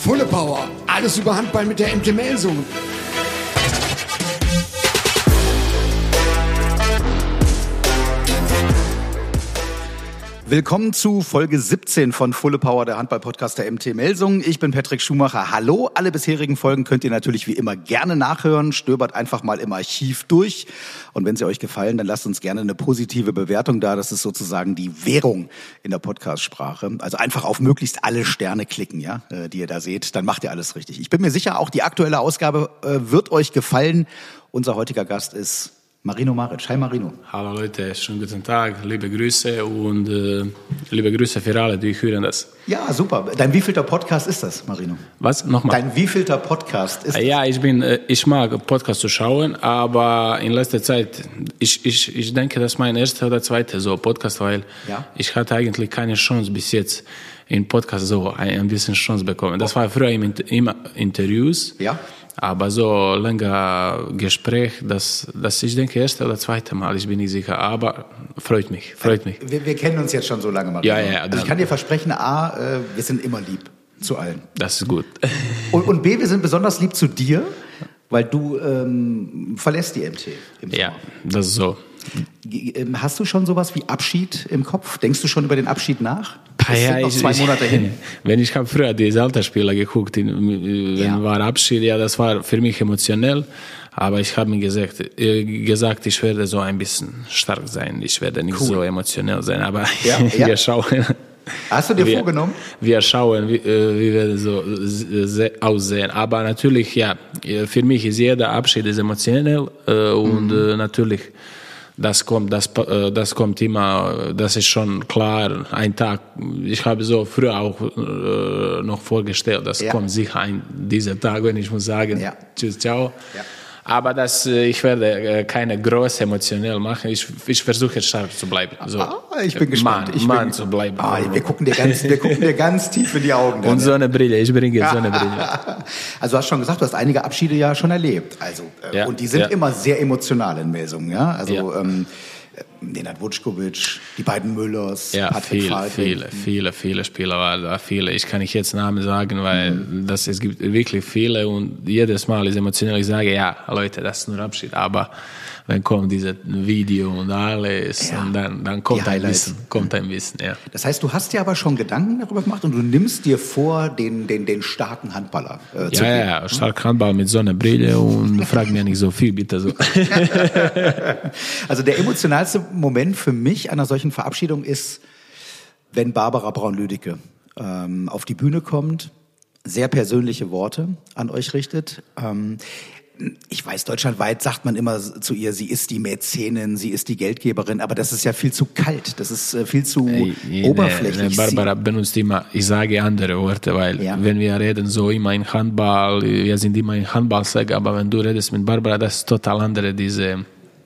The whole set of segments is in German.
Fulle Power. Alles über Handball mit der MT Melsungen. Willkommen zu Folge 17 von Fulle Power, der Handball-Podcast der MT Melsungen. Ich bin Patrick Schumacher. Hallo, alle bisherigen Folgen könnt ihr natürlich wie immer gerne nachhören. Stöbert einfach mal im Archiv durch. Und wenn sie euch gefallen, dann lasst uns gerne eine positive Bewertung da. Das ist sozusagen die Währung in der Podcast-Sprache. Also einfach auf möglichst alle Sterne klicken, ja, die ihr da seht. Dann macht ihr alles richtig. Ich bin mir sicher, auch die aktuelle Ausgabe wird euch gefallen. Unser heutiger Gast ist Marino Maric. Hi Marino. Hallo Leute, schönen guten Tag, liebe Grüße und liebe Grüße für alle, die hören das. Ja, super. Dein wievielter Podcast ist das, Marino? Was? Nochmal? Dein wievielter Podcast ist das? Ja, ich mag Podcast zu schauen, aber in letzter Zeit, ich denke, das ist mein erster oder zweiter so Podcast, weil ich hatte eigentlich keine Chance bis jetzt in Podcast so ein bisschen Chance bekommen. Das war früher immer Interviews. Ja. Aber so länger Gespräch, das ich denke, erste oder zweite Mal, ich bin nicht sicher, aber freut mich. Wir kennen uns jetzt schon so lange, Marino. Ja. Also ich kann dir versprechen, A, wir sind immer lieb zu allen. Das ist gut. Und B, wir sind besonders lieb zu dir, weil du verlässt die MT im Sommer. Ja, das ist so. Hast du schon sowas wie Abschied im Kopf? Denkst du schon über den Abschied nach? Es sind noch 2 Monate hin. Ich habe früher die Altersspieler geguckt, wenn war Abschied, ja, das war für mich emotionell. Aber ich habe mir gesagt, ich werde so ein bisschen stark sein. Ich werde nicht so emotional sein. Aber wir schauen. Hast du dir vorgenommen? Wir schauen, wie wir so aussehen. Aber natürlich, ja, für mich ist jeder Abschied ist emotionell und natürlich. Das kommt immer, das ist schon klar, ein Tag. Ich habe so früher auch noch vorgestellt, das kommt sicher dieser Tag, wenn ich muss sagen, tschüss, ciao. Ja. Aber ich werde keine große emotionell machen. Ich versuche stark zu bleiben. So. Ich bin gespannt. Mann zu bleiben. Wir gucken dir ganz tief in die Augen. Und so eine Brille, ich bringe so eine Brille. Also du hast schon gesagt, du hast einige Abschiede ja schon erlebt. Also, und die sind immer sehr emotional in Melsungen. Ja? Also Nenad Vučković, die beiden Müllers, Patrick Fahlke. Viele Spieler waren da, viele. Ich kann nicht jetzt Namen sagen, weil es gibt wirklich viele und jedes Mal ist emotional. Ich sage, ja, Leute, das ist nur Abschied, aber dann kommt dieses Video und alles und dann kommt ein Wissen. Ja. Das heißt, du hast dir aber schon Gedanken darüber gemacht und du nimmst dir vor, den starken Handballer zu geben. Ja, stark Handball mit so einer Brille und frag mir nicht so viel, bitte so. Also der emotionalste Moment für mich einer solchen Verabschiedung ist, wenn Barbara Braun-Lüdecke auf die Bühne kommt, sehr persönliche Worte an euch richtet. Ich weiß, deutschlandweit sagt man immer zu ihr, sie ist die Mäzenin, sie ist die Geldgeberin, aber das ist ja viel zu kalt, das ist viel zu oberflächlich. Barbara benutzt immer, ich sage andere Worte, weil wenn wir reden so immer in Handball, wir sind immer in Handballsack, aber wenn du redest mit Barbara, das ist total andere, diese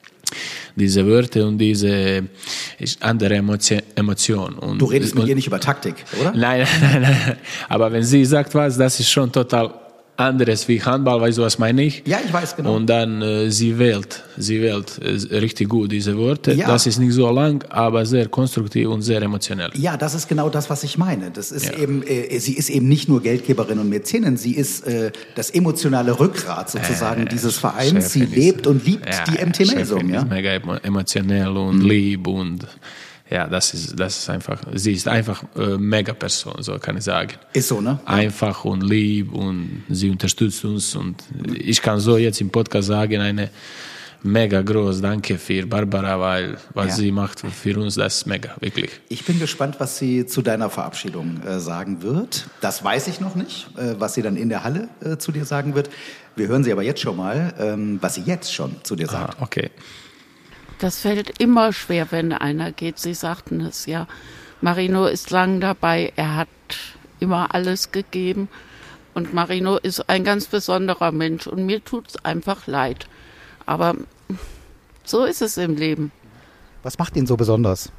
Wörter und diese andere Emotion. Und du redest mit ihr nicht über Taktik, oder? Nein. Aber wenn sie sagt was, das ist schon total anderes wie Handball, weißt du, was meine ich? Ja, ich weiß genau. Und dann sie wählt richtig gut diese Worte. Ja. Das ist nicht so lang, aber sehr konstruktiv und sehr emotionell. Ja, das ist genau das, was ich meine. Das ist eben, sie ist eben nicht nur Geldgeberin und Mäzenin, sie ist das emotionale Rückgrat sozusagen dieses Vereins. Sie lebt und liebt die MT Melsungen. Ja, mega emotionell und lieb und ja, das ist einfach, sie ist einfach mega Person, so kann ich sagen. Ist so, ne? Einfach und lieb und sie unterstützt uns und ich kann so jetzt im Podcast sagen, eine mega groß Danke für Barbara, weil was sie macht für uns, das ist mega, wirklich. Ich bin gespannt, was sie zu deiner Verabschiedung sagen wird. Das weiß ich noch nicht, was sie dann in der Halle zu dir sagen wird. Wir hören sie aber jetzt schon mal, was sie jetzt schon zu dir sagt. Okay. Das fällt immer schwer, wenn einer geht. Sie sagten es ja. Marino ist lang dabei. Er hat immer alles gegeben. Und Marino ist ein ganz besonderer Mensch. Und mir tut es einfach leid. Aber so ist es im Leben. Was macht ihn so besonders?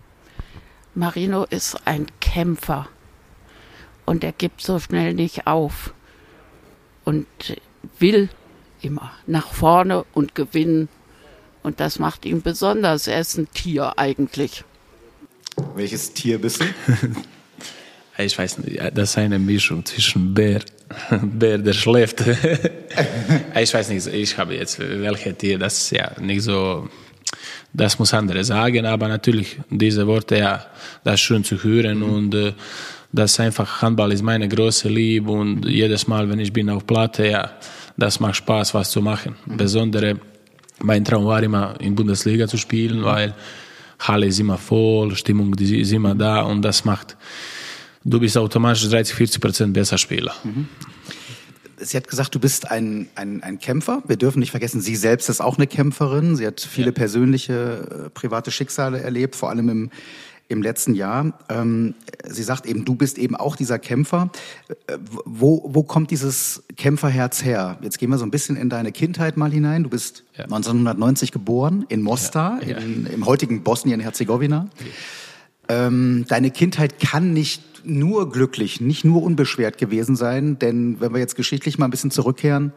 Marino ist ein Kämpfer. Und er gibt so schnell nicht auf. Und will immer nach vorne und gewinnen. Und das macht ihn besonders. Er ist ein Tier eigentlich. Welches Tier bist du? Ich weiß nicht, das ist eine Mischung zwischen Bär, der schläft. Ich weiß nicht, ich habe jetzt welche Tier, das ist ja nicht so, das muss andere sagen, aber natürlich diese Worte, ja, das ist schön zu hören und das ist einfach, Handball ist meine große Liebe und jedes Mal, wenn ich bin auf Platte, ja, das macht Spaß, was zu machen. Besonders mein Traum war immer, in Bundesliga zu spielen, weil Halle ist immer voll, Stimmung ist immer da und das macht, du bist automatisch 30-40% besser Spieler. Sie hat gesagt, du bist ein Kämpfer. Wir dürfen nicht vergessen, sie selbst ist auch eine Kämpferin. Sie hat viele persönliche, private Schicksale erlebt, vor allem im letzten Jahr. Sie sagt eben, du bist eben auch dieser Kämpfer. Wo kommt dieses Kämpferherz her? Jetzt gehen wir so ein bisschen in deine Kindheit mal hinein. Du bist 1990 geboren in Mostar, im heutigen Bosnien-Herzegowina. Deine Kindheit kann nicht nur glücklich, nicht nur unbeschwert gewesen sein, denn wenn wir jetzt geschichtlich mal ein bisschen zurückkehren,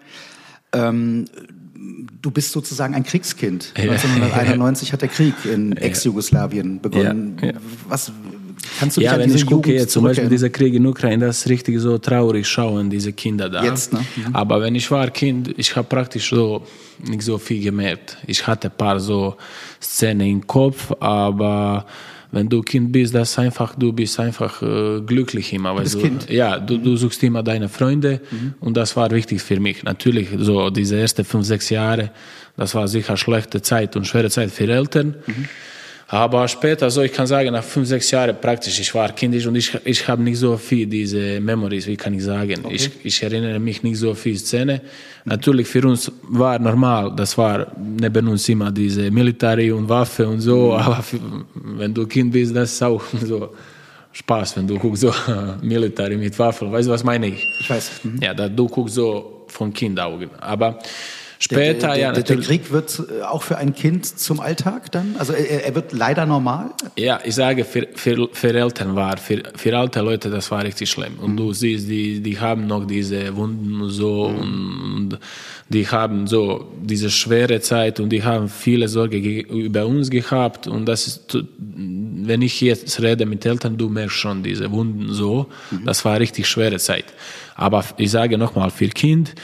du bist sozusagen ein Kriegskind. 1991 hat der Krieg in Ex-Jugoslawien begonnen. Was kannst du dich an wenn diese ich gucke Jugend jetzt zum Beispiel dieser Krieg in Ukraine, das ist richtig so traurig schauen, diese Kinder da. Jetzt, ne? Aber wenn ich war Kind, ich habe praktisch so nicht so viel gemerkt. Ich hatte ein paar so Szenen im Kopf, aber wenn du Kind bist, du bist einfach glücklich immer. Weil Kind. Ja, du suchst immer deine Freunde und das war wichtig für mich. Natürlich, so diese ersten 5-6 Jahre, das war sicher schlechte Zeit und schwere Zeit für Eltern. Aber später, so ich kann sagen, nach 5-6 Jahren praktisch, ich war kindisch und ich habe nicht so viel diese Memories, wie kann ich sagen. Okay. Ich erinnere mich nicht so viel Szene. Natürlich für uns war normal, das war neben uns immer diese Military und Waffe und so, aber wenn du Kind bist, das ist auch so Spaß, wenn du guckst so Military mit Waffen, weißt du, was meine ich? Ich weiß. Ja, du guckst so von Kindaugen, aber später, der Krieg wird auch für ein Kind zum Alltag dann? Also er wird leider normal? Ja, ich sage, für Eltern für alte Leute, das war richtig schlimm. Und du siehst, die haben noch diese Wunden und so und die haben so diese schwere Zeit und die haben viele Sorge über uns gehabt. Und das ist, wenn ich jetzt rede mit Eltern, du merkst schon diese Wunden so. Das war richtig schwere Zeit. Aber ich sage nochmal, für Kind,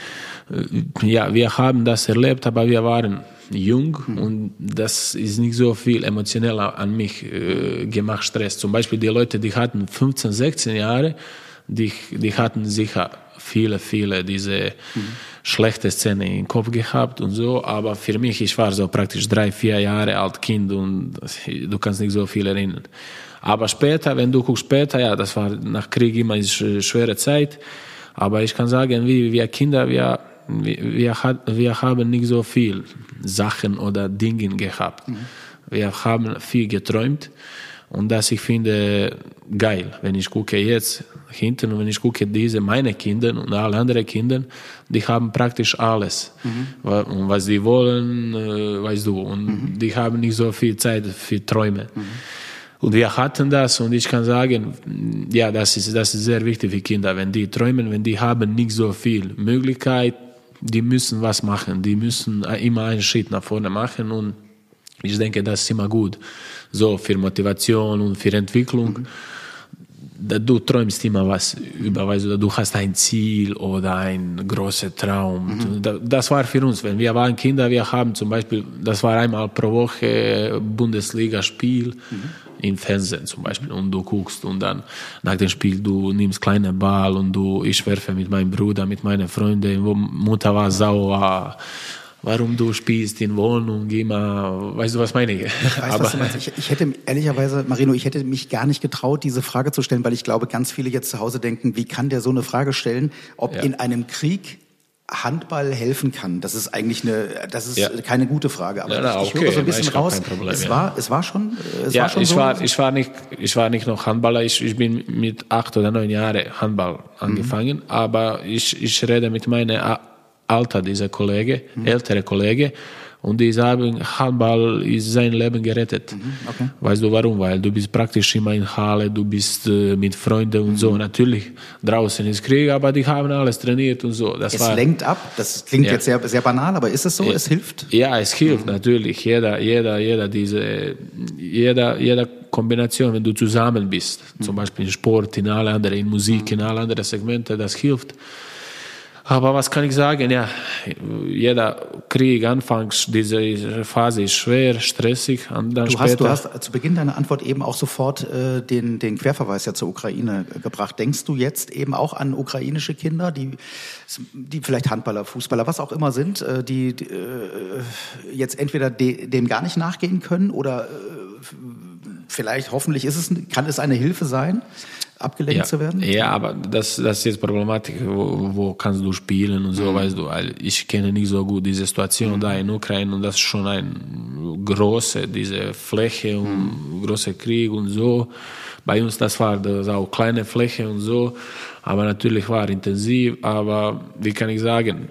ja, wir haben das erlebt, aber wir waren jung und das ist nicht so viel emotionell an mich gemacht, Stress. Zum Beispiel die Leute, die hatten 15, 16 Jahre, die hatten sicher viele diese schlechte Szene im Kopf gehabt und so, aber für mich, ich war so praktisch 3-4 Jahre alt Kind und du kannst nicht so viel erinnern. Aber später, wenn du guckst später, ja, das war nach Krieg immer eine schwere Zeit, aber ich kann sagen, wir Kinder, wir haben nicht so viel Sachen oder Dinge gehabt. Wir haben viel geträumt und das ich finde geil, wenn ich gucke jetzt hinten und wenn ich gucke meine Kinder und alle anderen Kinder, die haben praktisch alles, was sie wollen, weißt du, und die haben nicht so viel Zeit für Träume. Und wir hatten das und ich kann sagen, ja, das ist sehr wichtig für Kinder, wenn die träumen, wenn die haben nicht so viel Möglichkeit, die müssen was machen, die müssen immer einen Schritt nach vorne machen und ich denke, das ist immer gut, so für Motivation und für Entwicklung. Du träumst immer was über, weißt du hast ein Ziel oder ein großer Traum. Das war für uns, wenn wir waren Kinder, wir haben zum Beispiel, das war einmal pro Woche Bundesligaspiel im Fernsehen zum Beispiel und du guckst und dann nach dem Spiel, du nimmst kleinen Ball und ich werfe mit meinem Bruder, mit meinen Freunden, wo Mutter war sauer, warum du spielst in Wohnung immer, weißt du, was meine ich? Ich weiß, was du meinst. Ich hätte ehrlicherweise, Marino, ich hätte mich gar nicht getraut, diese Frage zu stellen, weil ich glaube, ganz viele jetzt zu Hause denken, wie kann der so eine Frage stellen, ob in einem Krieg Handball helfen kann. Das ist eigentlich keine gute Frage, aber ich höre so ein bisschen raus. Es war schon ich war nicht noch Handballer. Ich bin mit 8 oder 9 Jahren Handball angefangen, aber ich rede mit meiner ältere Kollege, Und die sagen, Handball ist sein Leben gerettet. Okay. Weißt du warum? Weil du bist praktisch immer in Halle, du bist mit Freunden und so. Natürlich, draußen ist Krieg, aber die haben alles trainiert und so. Es lenkt ab, das klingt jetzt sehr, sehr banal, aber ist es so? Es hilft? Ja, es hilft natürlich. Jeder Kombination, wenn du zusammen bist, zum Beispiel in Sport, in alle anderen, in Musik, in alle anderen Segmente, das hilft. Aber was kann ich sagen? Ja, jeder Krieg anfangs, diese Phase ist schwer, stressig. Und dann du hast zu Beginn deiner Antwort eben auch sofort den Querverweis ja zur Ukraine gebracht. Denkst du jetzt eben auch an ukrainische Kinder, die vielleicht Handballer, Fußballer, was auch immer sind, die jetzt entweder dem gar nicht nachgehen können oder vielleicht, hoffentlich kann es eine Hilfe sein, abgelenkt zu werden? Ja, aber das ist jetzt Problematik, wo kannst du spielen und so, weißt du, weil ich kenne nicht so gut diese Situation da in Ukraine und das ist schon diese Fläche und große Krieg und so. Bei uns das auch kleine Fläche und so, aber natürlich war intensiv, aber wie kann ich sagen,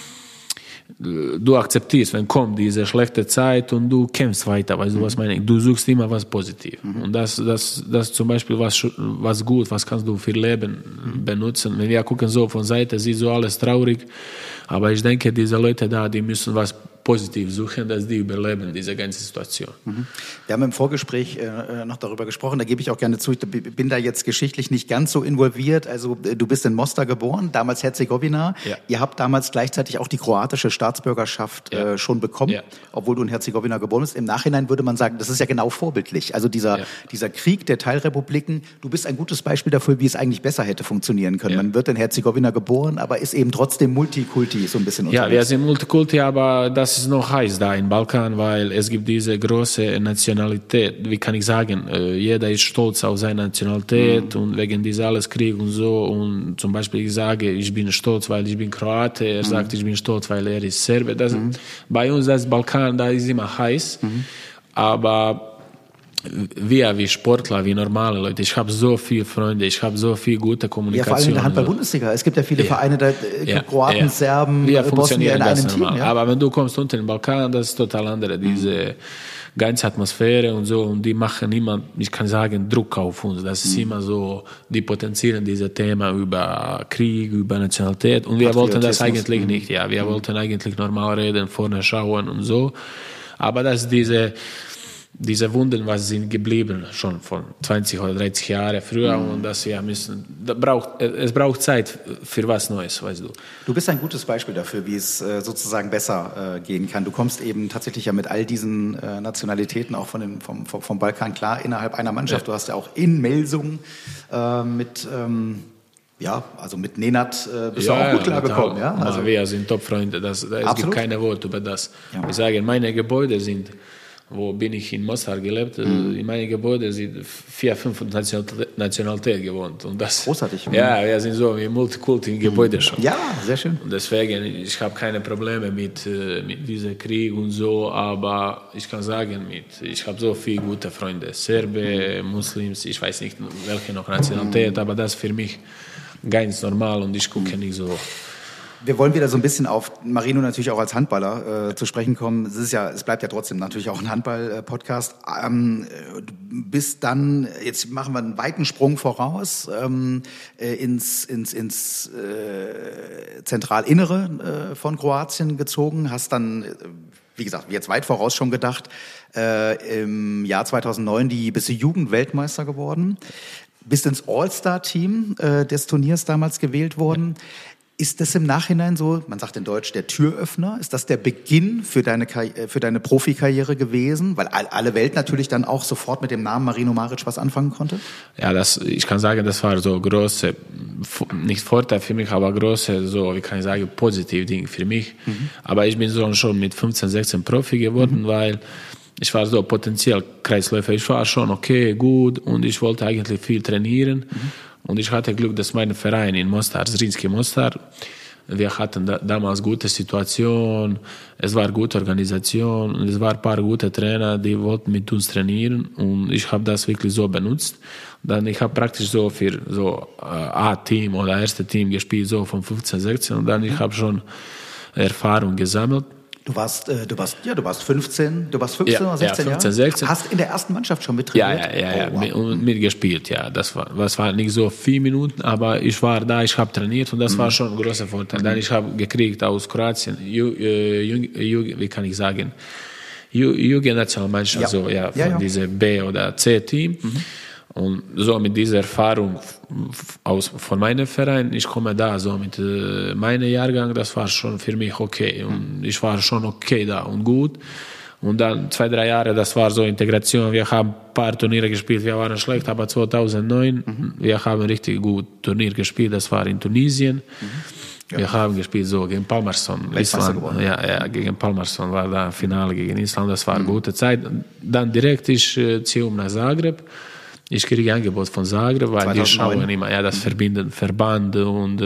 du akzeptierst, wenn kommt diese schlechte Zeit und du kämpfst weiter, weißt du, was meine ich? Du suchst immer was Positives. Und das zum Beispiel was gut, was kannst du für Leben benutzen. Wenn wir gucken so von Seite, sieht so alles traurig, aber ich denke, diese Leute da, die müssen was positiv suchen, dass die überleben, diese ganze Situation. Wir haben im Vorgespräch noch darüber gesprochen, da gebe ich auch gerne zu, ich bin da jetzt geschichtlich nicht ganz so involviert, also du bist in Mostar geboren, damals Herzegowina, ihr habt damals gleichzeitig auch die kroatische Staatsbürgerschaft schon bekommen, obwohl du in Herzegowina geboren bist. Im Nachhinein würde man sagen, das ist ja genau vorbildlich, also dieser Krieg der Teilrepubliken, du bist ein gutes Beispiel dafür, wie es eigentlich besser hätte funktionieren können. Man wird in Herzegowina geboren, aber ist eben trotzdem Multikulti so ein bisschen unterwegs. Ja, wir sind Multikulti, aber das ist noch heiß da im Balkan, weil es gibt diese große Nationalität, wie kann ich sagen, jeder ist stolz auf seine Nationalität und wegen dieser alles Krieg und so und zum Beispiel ich sage, ich bin stolz, weil ich bin Kroate, er sagt, ich bin stolz, weil er ist Serbe. Bei uns das Balkan, da ist immer heiß, aber wir wie Sportler, wie normale Leute, ich habe so viele Freunde, ich habe so viel gute Kommunikation. Ja, vor allem in der Handball-Bundesliga. Es gibt ja viele Vereine, Kroaten, Serben, Bosnien in einem Team. Ja. Aber wenn du kommst unten im Balkan, das ist total andere. Diese ganze Atmosphäre und so, und die machen immer, ich kann sagen, Druck auf uns. Das ist immer so, die potenzieren diese Themen über Krieg, über Nationalität. Und wir wollten das eigentlich nicht. Ja, wir wollten eigentlich normal reden, vorne schauen und so. Aber das ist diese Wunden, was sind geblieben, schon von 20 oder 30 Jahren früher und das es braucht Zeit für was Neues, weißt du. Du bist ein gutes Beispiel dafür, wie es sozusagen besser gehen kann. Du kommst eben tatsächlich ja mit all diesen Nationalitäten auch vom Balkan klar innerhalb einer Mannschaft. Du hast ja auch in Melsungen mit Nenad bist du auch gut klargekommen. Ja? Also, wir sind Top-Freunde, es gibt keine Worte über das. Ja. Ich sage, meine Gebäude sind, wo bin ich in Mostar gelebt, in meinem Gebäude sind 4-5 Nationalitäten gewohnt. Und das, großartig. Ja, wir sind so wie Multikulti im Gebäude schon. Ja, sehr schön. Und deswegen, ich habe keine Probleme mit diesem Krieg und so, aber ich kann sagen, ich habe so viele gute Freunde, Serbe, Muslims, ich weiß nicht, welche noch Nationalität, aber das ist für mich ganz normal und ich gucke nicht so. Wir wollen wieder so ein bisschen auf Marino natürlich auch als Handballer zu sprechen kommen. Es bleibt ja trotzdem natürlich auch ein Handball-Podcast. Du bist dann, jetzt machen wir einen weiten Sprung voraus, ins Zentralinnere von Kroatien gezogen, hast dann, wie gesagt, jetzt weit voraus schon gedacht, im Jahr 2009 bist du Jugendweltmeister geworden, bist ins All-Star-Team des Turniers damals gewählt worden. Ist das im Nachhinein so, man sagt in Deutsch, der Türöffner? Ist das der Beginn für deine Profikarriere gewesen? Weil alle Welt natürlich dann auch sofort mit dem Namen Marino Maric was anfangen konnte? Ja, ich kann sagen, das war so große, nicht Vorteil für mich, aber große, so, wie kann ich sagen, positive Ding für mich. Aber ich bin so schon mit 15, 16 Profi geworden, weil ich war so potenziell Kreisläufer. Ich war schon okay, gut und ich wollte eigentlich viel trainieren. Und ich hatte Glück, dass mein Verein in Mostar, Zrinski Mostar, wir hatten damals gute Situation, es war gute Organisation und es waren ein paar gute Trainer, die wollten mit uns trainieren und ich habe das wirklich so benutzt. Dann ich habe praktisch so für so A-Team oder erste Team gespielt, so von 15, 16 und dann ich habe schon Erfahrung gesammelt. Du warst 15 oder 16 ja, 15, Jahre? 16. Hast in der ersten Mannschaft schon mittrainiert? Ja, wow. Mitgespielt, ja. Das war nicht so 4 Minuten, aber ich war da, ich habe trainiert und das war schon ein großer Vorteil. Dann ich habe gekriegt aus Kroatien, wie kann ich sagen, Jugendnationalmannschaft, von diesem B- oder C-Team. Und so mit dieser Erfahrung von meinem Verein, ich komme da so mit meinem Jahrgang, das war schon für mich okay. Und ich war schon okay da und gut. Und dann 2-3 Jahre, das war so Integration. Wir haben ein paar Turniere gespielt, wir waren schlecht, aber 2009, wir haben richtig gut Turnier gespielt, das war in Tunesien. Ja. Wir haben gespielt so gegen Palmarsson, Island. Ja, gegen Palmarsson war da Finale gegen Island, das war eine gute Zeit. Dann direkt ich ziehe nach Zagreb. Ich kriege ein Angebot von Zagreb, weil 2009. Die schauen immer, das verbinden Verband und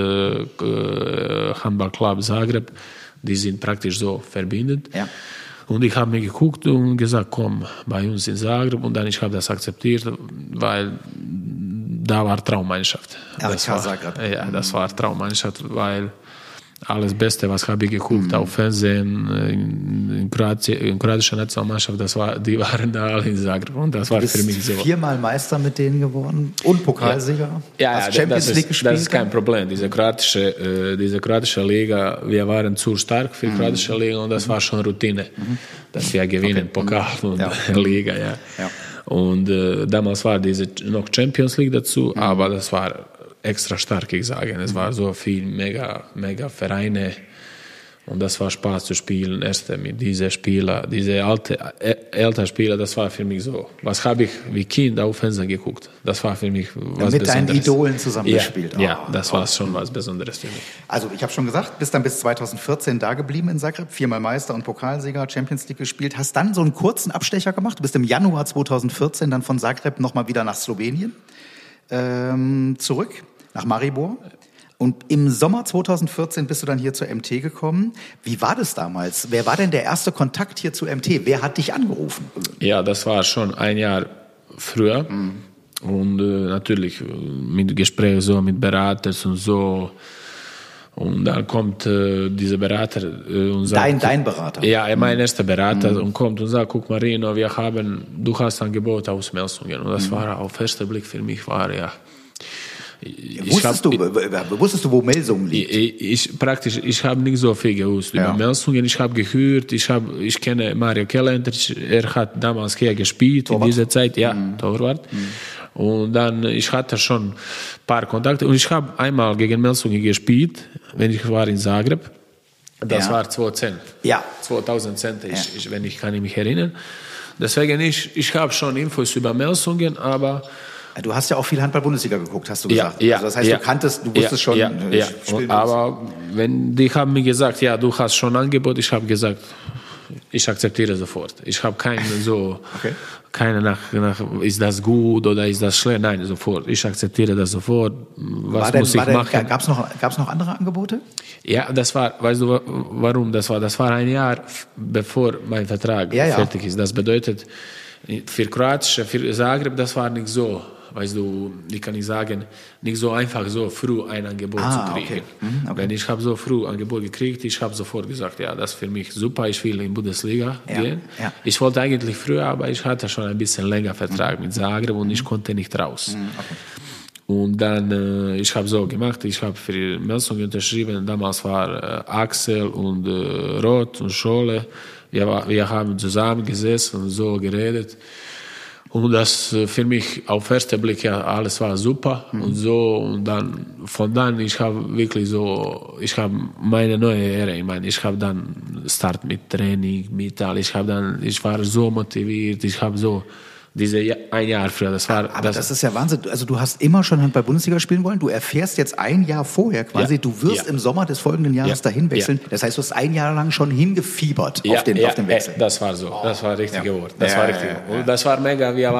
Handballclub Zagreb, die sind praktisch so verbindet. Ja. Und ich habe mir geguckt und gesagt, komm, bei uns in Zagreb. Und dann ich habe das akzeptiert, weil da war Traummannschaft. Das war Traummannschaft, weil alles Beste, was habe ich geguckt auf Fernsehen, in kroatischer Nationalmannschaft, die waren da alle in Zagreb und das war für mich so. 4-mal Meister mit denen geworden und Pokalsieger. Ja, Champions League gespielt. Das ist kein Problem. Diese kroatische Liga, wir waren zu stark für die kroatische Liga und das war schon Routine, dass wir gewinnen Pokal und Liga. Ja. Und damals war diese noch Champions League dazu, aber das war extra stark, ich sage. Es war so viel, mega Vereine und das war Spaß zu spielen. Erst mit diesen Spieler, diese älteren Spieler, das war für mich so. Was habe ich wie Kind auf Fernsehen geguckt? Das war für mich was mit Besonderes. Deinen Idolen zusammengespielt. Ja, das war schon was Besonderes für mich. Also ich habe schon gesagt, bist dann bis 2014 da geblieben in Zagreb, 4-mal Meister und Pokalsieger, Champions League gespielt, hast dann so einen kurzen Abstecher gemacht. Du bist im Januar 2014 dann von Zagreb nochmal wieder nach Slowenien zurück, nach Maribor. Und im Sommer 2014 bist du dann hier zur MT gekommen. Wie war das damals? Wer war denn der erste Kontakt hier zu MT? Wer hat dich angerufen? Ja, das war schon ein Jahr früher. Und natürlich mit Gesprächen so mit Beratern und so. Und dann kommt dieser Berater und sagt... Dein Berater? Ja, mein erster Berater und kommt und sagt, guck Marino, du hast Angebot aus Melsungen. Und das war auf den ersten Blick für mich, Wusstest du, wo Melsungen liegt? Ich habe nicht so viel gewusst über Melsungen. Ich habe gehört, ich kenne Mario Kelentric, er hat damals hier gespielt, Torwart. In dieser Zeit, Torwart. Und dann, ich hatte schon ein paar Kontakte und ich habe einmal gegen Melsungen gespielt, wenn ich war in Zagreb. Das war 2010. Ja. 2010, wenn ich kann mich erinnern. Deswegen, ich habe schon Infos über Melsungen, aber... Du hast ja auch viel Handball-Bundesliga geguckt, hast du gesagt. Ja, also das heißt, du wusstest schon. Aber die haben mir gesagt, du hast schon ein Angebot. Ich habe gesagt, ich akzeptiere sofort. Ich habe keine nach, ist das gut oder ist das schlecht? Nein, sofort. Ich akzeptiere das sofort. Was muss ich machen? Gab's noch andere Angebote? Ja, das war, weißt du, warum das war? Das war ein Jahr, bevor mein Vertrag fertig ist. Das bedeutet, für Zagreb, das war nicht so. Weißt du, wie kann ich sagen, nicht so einfach so früh ein Angebot zu kriegen. Okay. Wenn ich habe so früh ein Angebot gekriegt, ich habe sofort gesagt, das ist für mich super, ich will in die Bundesliga gehen. Ja. Ich wollte eigentlich früher, aber ich hatte schon ein bisschen länger Vertrag mit Zagreb und ich konnte nicht raus. Okay. Und dann, ich habe so gemacht, ich habe für Melsungen unterschrieben, damals war Axel und Roth und Scholle, wir haben zusammen gesessen und so geredet. Und das für mich auf den ersten Blick alles war super und so und dann ich habe wirklich so, ich habe meine neue Ära, ich habe dann Start mit Training, mit all, ich war so motiviert, ich habe so ein Jahr früher, das ist ja Wahnsinn. Also du hast immer schon Handball-Bundesliga spielen wollen. Du erfährst jetzt ein Jahr vorher quasi, du wirst im Sommer des folgenden Jahres dahin wechseln. Das heißt, du hast ein Jahr lang schon hingefiebert auf den Wechsel. Das war so. Das war richtig Wort. Das war richtig. Und das war mega. Wir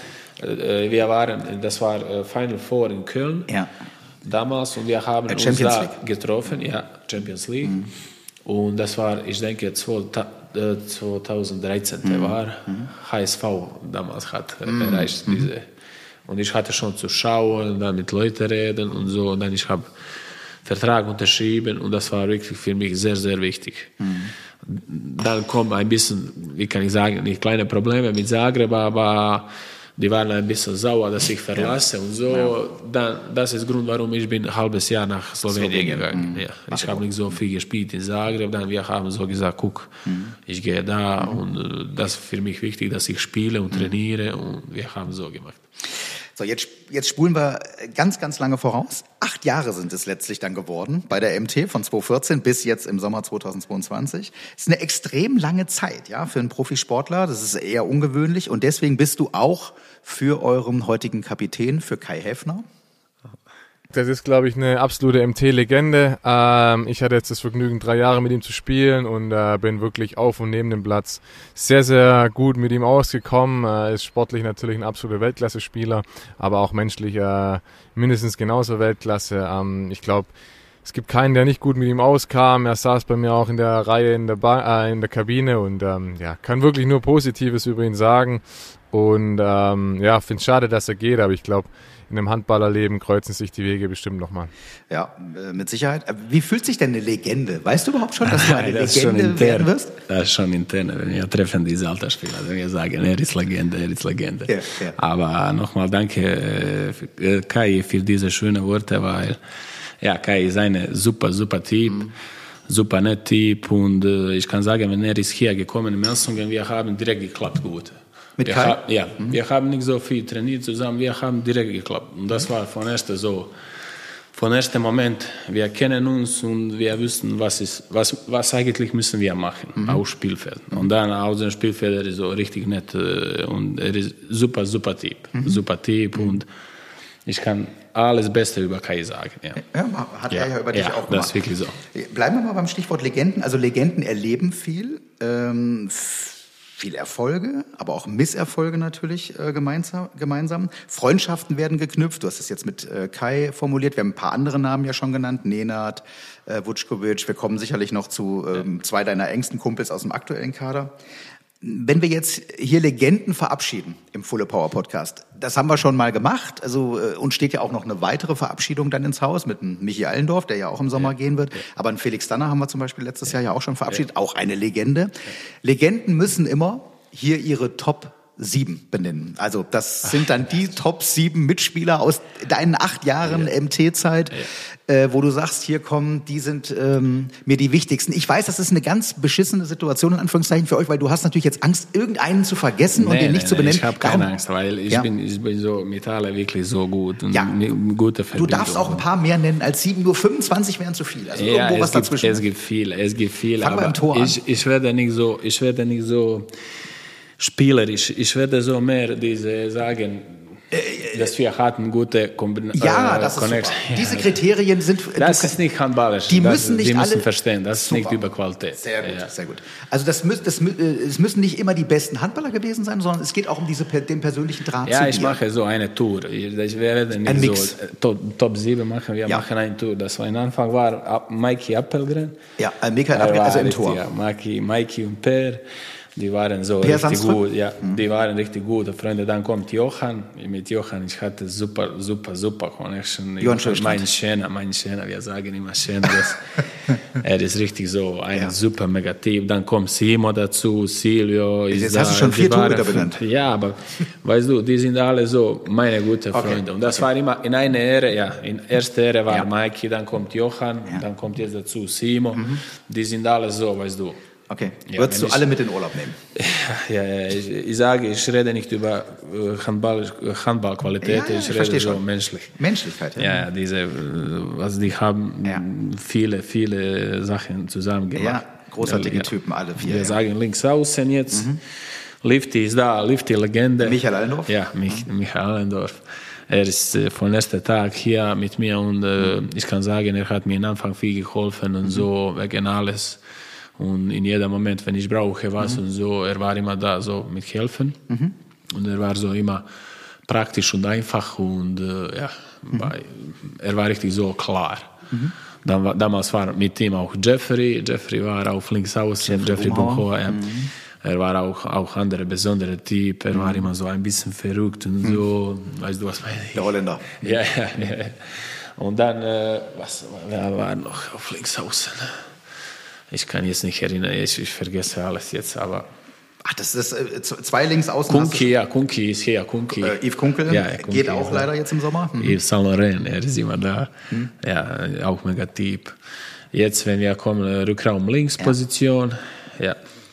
waren, das war Final Four in Köln damals und wir haben uns da getroffen. Ja, Champions League. Und das war, ich denke, 2013 war HSV damals hat erreicht diese. Und ich hatte schon zu schauen, dann mit Leuten reden und so. Und dann ich habe Vertrag unterschrieben und das war wirklich für mich sehr, sehr wichtig. dann kommen ein bisschen, wie kann ich sagen, nicht kleine Probleme mit Zagreb, aber die waren ein bisschen sauer, dass ich verlasse und so. Ja. Dann, das ist der Grund, warum ich bin ein halbes Jahr nach Slowenien gegangen. Ja. Ich habe nicht so viel gespielt in Zagreb. Dann wir haben so gesagt, guck, ich gehe da und das ist für mich wichtig, dass ich spiele und trainiere und wir haben so gemacht. So, jetzt spulen wir ganz, ganz lange voraus. 8 Jahre sind es letztlich dann geworden bei der MT von 2014 bis jetzt im Sommer 2022. Das ist eine extrem lange Zeit, ja, für einen Profisportler. Das ist eher ungewöhnlich und deswegen bist du auch für euren heutigen Kapitän, für Kai Häfner. Das ist, glaube ich, eine absolute MT-Legende. Ich hatte jetzt das Vergnügen, 3 Jahre mit ihm zu spielen und bin wirklich auf und neben dem Platz sehr, sehr gut mit ihm ausgekommen. Ist sportlich natürlich ein absoluter Weltklasse-Spieler, aber auch menschlich mindestens genauso Weltklasse. Ich glaube, es gibt keinen, der nicht gut mit ihm auskam. Er saß bei mir auch in der Reihe in der Kabine und kann wirklich nur Positives über ihn sagen. Und finde es schade, dass er geht, aber ich glaube, in einem Handballerleben kreuzen sich die Wege bestimmt nochmal. Ja, mit Sicherheit. Wie fühlt sich denn eine Legende? Weißt du überhaupt schon, dass du eine Legende werden wirst? Das ist schon intern, wenn wir treffen diese Altersspieler, wenn wir sagen, er ist Legende. Ja. Aber nochmal danke Kai für diese schönen Worte, weil Kai ist ein super Typ. Super nett Typ und ich kann sagen, wenn er ist hier gekommen in Melsungen, wir haben direkt geklappt gut. Mit Kai? Wir haben nicht so viel trainiert zusammen, wir haben direkt geklappt. Und das war von ersten Moment, wir kennen uns und wir wussten, was eigentlich müssen wir machen auf Spielfeld. Und dann auf dem Spielfeld, er ist so richtig nett und er ist super Typ und ich kann alles Beste über Kai sagen. Ja, hat er ja über dich auch gemacht. Das ist wirklich so. Bleiben wir mal beim Stichwort Legenden. Also Legenden erleben viel. Viel Erfolge, aber auch Misserfolge natürlich gemeinsam. Freundschaften werden geknüpft. Du hast es jetzt mit Kai formuliert. Wir haben ein paar andere Namen ja schon genannt. Nenad, Vučković. Wir kommen sicherlich noch zu 2 deiner engsten Kumpels aus dem aktuellen Kader. Wenn wir jetzt hier Legenden verabschieden im Fulle Power Podcast, das haben wir schon mal gemacht. Also uns steht ja auch noch eine weitere Verabschiedung dann ins Haus mit einem Michi Allendorf, der ja auch im Sommer gehen wird. Aber einen Felix Danner haben wir zum Beispiel letztes Jahr ja auch schon verabschiedet, auch eine Legende. Legenden müssen immer hier ihre Top 7 benennen. Also das sind dann die Top 7 Mitspieler aus deinen 8 Jahren MT-Zeit, wo du sagst, hier kommen, die sind mir die wichtigsten. Ich weiß, das ist eine ganz beschissene Situation in Anführungszeichen für euch, weil du hast natürlich jetzt Angst, irgendeinen zu vergessen und den nicht zu benennen. Ich habe keine Angst, weil ich bin so mit alle wirklich so gut und eine gute Verbindung. Du darfst auch ein paar mehr nennen als 7, nur 25 wären zu viel. Also irgendwo was dazwischen. Es gibt viel. Fang beim Tor an. Ich werde nicht so spielerisch. Ich werde so mehr diese sagen, dass wir hatten gute Connection. Das ist super. Diese Kriterien sind... Das ist nicht handballisch. Die müssen verstehen. Das ist nicht über Qualität. Sehr gut. Also es müssen nicht immer die besten Handballer gewesen sein, sondern es geht auch um den persönlichen Draht zu dir. Ich mache so eine Tour. Wir werden nicht so Top 7 machen. Wir machen eine Tour. Das war am Anfang war Mikey Appelgren. Ja, Mikey Appelgren, also im Tor. Ja, Mikey und Per. Die waren so richtig gut, die waren richtig gute Freunde. Dann kommt Johann, mit Johann, ich hatte super Connection. Mein Schöner, wir sagen immer Schöner. Er ist richtig so ein super Megatyp. Dann kommt Simo dazu, Silvio. Jetzt hast du schon 4 Tore benannt. Ja, aber weißt du, die sind alle so meine guten Freunde. Und das war immer in einer Ära, in erster Ära war Mikey, dann kommt Johann, dann kommt jetzt dazu Simo. Die sind alle so, weißt du. Okay, würdest du alle mit in Urlaub nehmen? Ich sage, ich rede nicht über Handballqualität, ich rede so menschlich. Menschlichkeit, die haben viele Sachen zusammen gemacht. Ja, großartige Typen, alle 4. Wir sagen links außen jetzt, Lifty ist da, Lifty-Legende. Michael Allendorf? Ja, Michael Allendorf. Er ist von ersten Tag hier mit mir und ich kann sagen, er hat mir am Anfang viel geholfen und so, wegen alles. Und in jedem Moment, wenn ich brauche was und so, er war immer da, so mit helfen. Und er war so immer praktisch und einfach und er war richtig so klar. Damals war mit ihm auch Jeffrey war auf links außen, Jeffrey Bunkoa. Er war auch andere besondere Typ, er war immer so ein bisschen verrückt und so, weißt du, was meine ich? Der Holländer. Ja. Und dann, wer war noch auf links außen? Ich kann jetzt nicht erinnern, ich vergesse alles jetzt, aber... Ach, das ist 2 links außen. Kunki ist hier, Kunki. Yves Kunkel, ja, Kunki geht auch leider jetzt im Sommer. Yves Saint Laurent, er ist immer da. Ja, auch mega Typ. Jetzt, wenn wir kommen, Rückraum Linksposition, ja.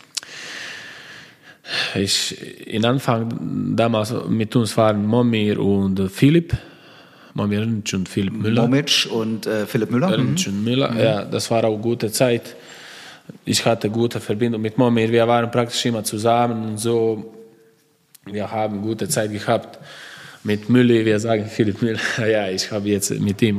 In Anfang damals mit uns waren Momir und Philipp. Momir Rnic und Philipp Müller. Momic und Philipp Müller. Rnic und Müller, ja, das war auch gute Zeit. Ich hatte gute Verbindung mit Momir. Wir waren praktisch immer zusammen und so. Wir haben gute Zeit gehabt. Mit Müller, wir sagen Philipp Müller. Ja, ich habe jetzt mit ihm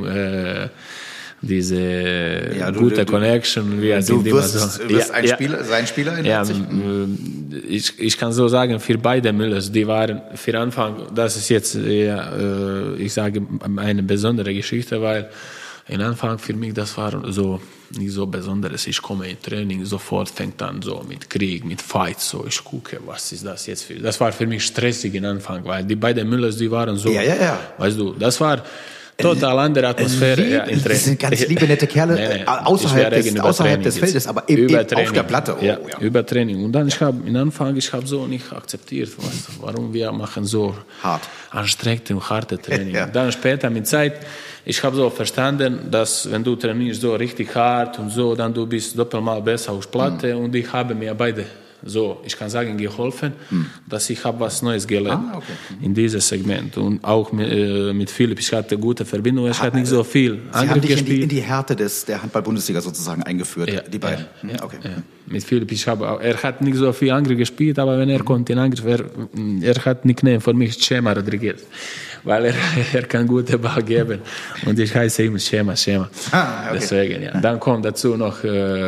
diese gute Connection. Wir sind du wirst sein Spieler in Leipzig? Ich kann so sagen, für beide Müllers, die waren für Anfang, das ist jetzt, ich sage, eine besondere Geschichte, weil in Anfang für mich, das war so nicht so Besonderes. Ich komme in Training, sofort fängt an so mit Krieg, mit Fights, so ich gucke, was ist das jetzt für... Das war für mich stressig in Anfang, weil die beiden Müllers, die waren so, weißt du, das war total andere Atmosphäre. Das sind ganz liebe, nette Kerle außerhalb des Feldes, aber auf der Platte. Über Training. Und dann, ich habe so nicht akzeptiert, warum wir machen so hart, anstrengende und harte Training. Dann später mit Zeit, ich habe so verstanden, dass wenn du trainierst so richtig hart und so, dann du bist doppelt mal besser auf Platte und ich habe mir beide so, ich kann sagen, geholfen, dass ich habe was Neues gelernt in diesem Segment. Und auch mit Philipp, ich hatte gute Verbindung, ich hatte nicht so viel Angriff gespielt. In die Härte der Handball-Bundesliga sozusagen eingeführt, die beiden. Mit Philipp, er hat nicht so viel Angriff gespielt, aber wenn er kommt in Angriff, er hat Nickname für mich Chema Rodriguez, weil er kann gute Ball geben und ich heiße ihm Chema. Deswegen, ja. Dann kommt dazu noch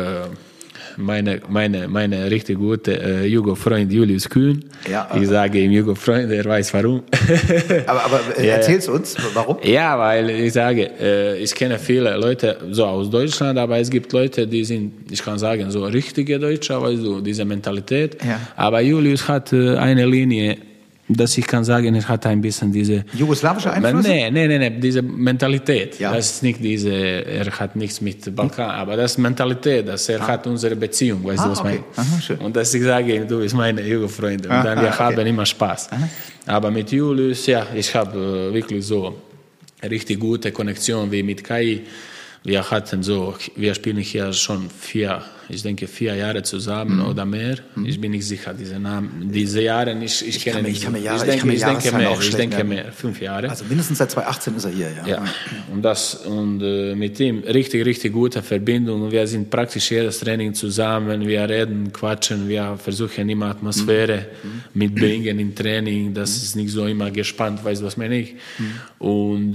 meine richtig gute Jugo-Freund Julius Kühn. Ich sage ihm Jugo-Freund, er weiß warum. aber erzählst du uns, warum? Ja, weil ich sage, ich kenne viele Leute so aus Deutschland, aber es gibt Leute, die sind, ich kann sagen, so richtige Deutsche, weißt du, diese Mentalität. Aber Julius hat eine Linie, dass ich kann sagen, er hat ein bisschen diese... Jugoslawische Einflüsse? Nee, diese Mentalität. Das ist nicht diese, er hat nichts mit Balkan, aber das ist Mentalität, dass er hat unsere Beziehung, weißt du, was ich meine? Und dass ich sage, du bist meine Jugendfreund und dann wir haben immer Spaß. Aber mit Julius, ich habe wirklich so richtig gute Konnexion wie mit Kai. Wir spielen hier schon 4 Jahre zusammen oder mehr. Ich bin nicht sicher, diese Jahre, ich kenne nicht. Ich denke mehr, 5 Jahre. Also mindestens seit 2018 ist er hier, ja. Und mit ihm richtig, richtig gute Verbindung. Wir sind praktisch jedes Training zusammen, wir reden, quatschen, wir versuchen immer Atmosphäre mitbringen im Training, das ist nicht so immer gespannt, weißt du, was meine ich. Und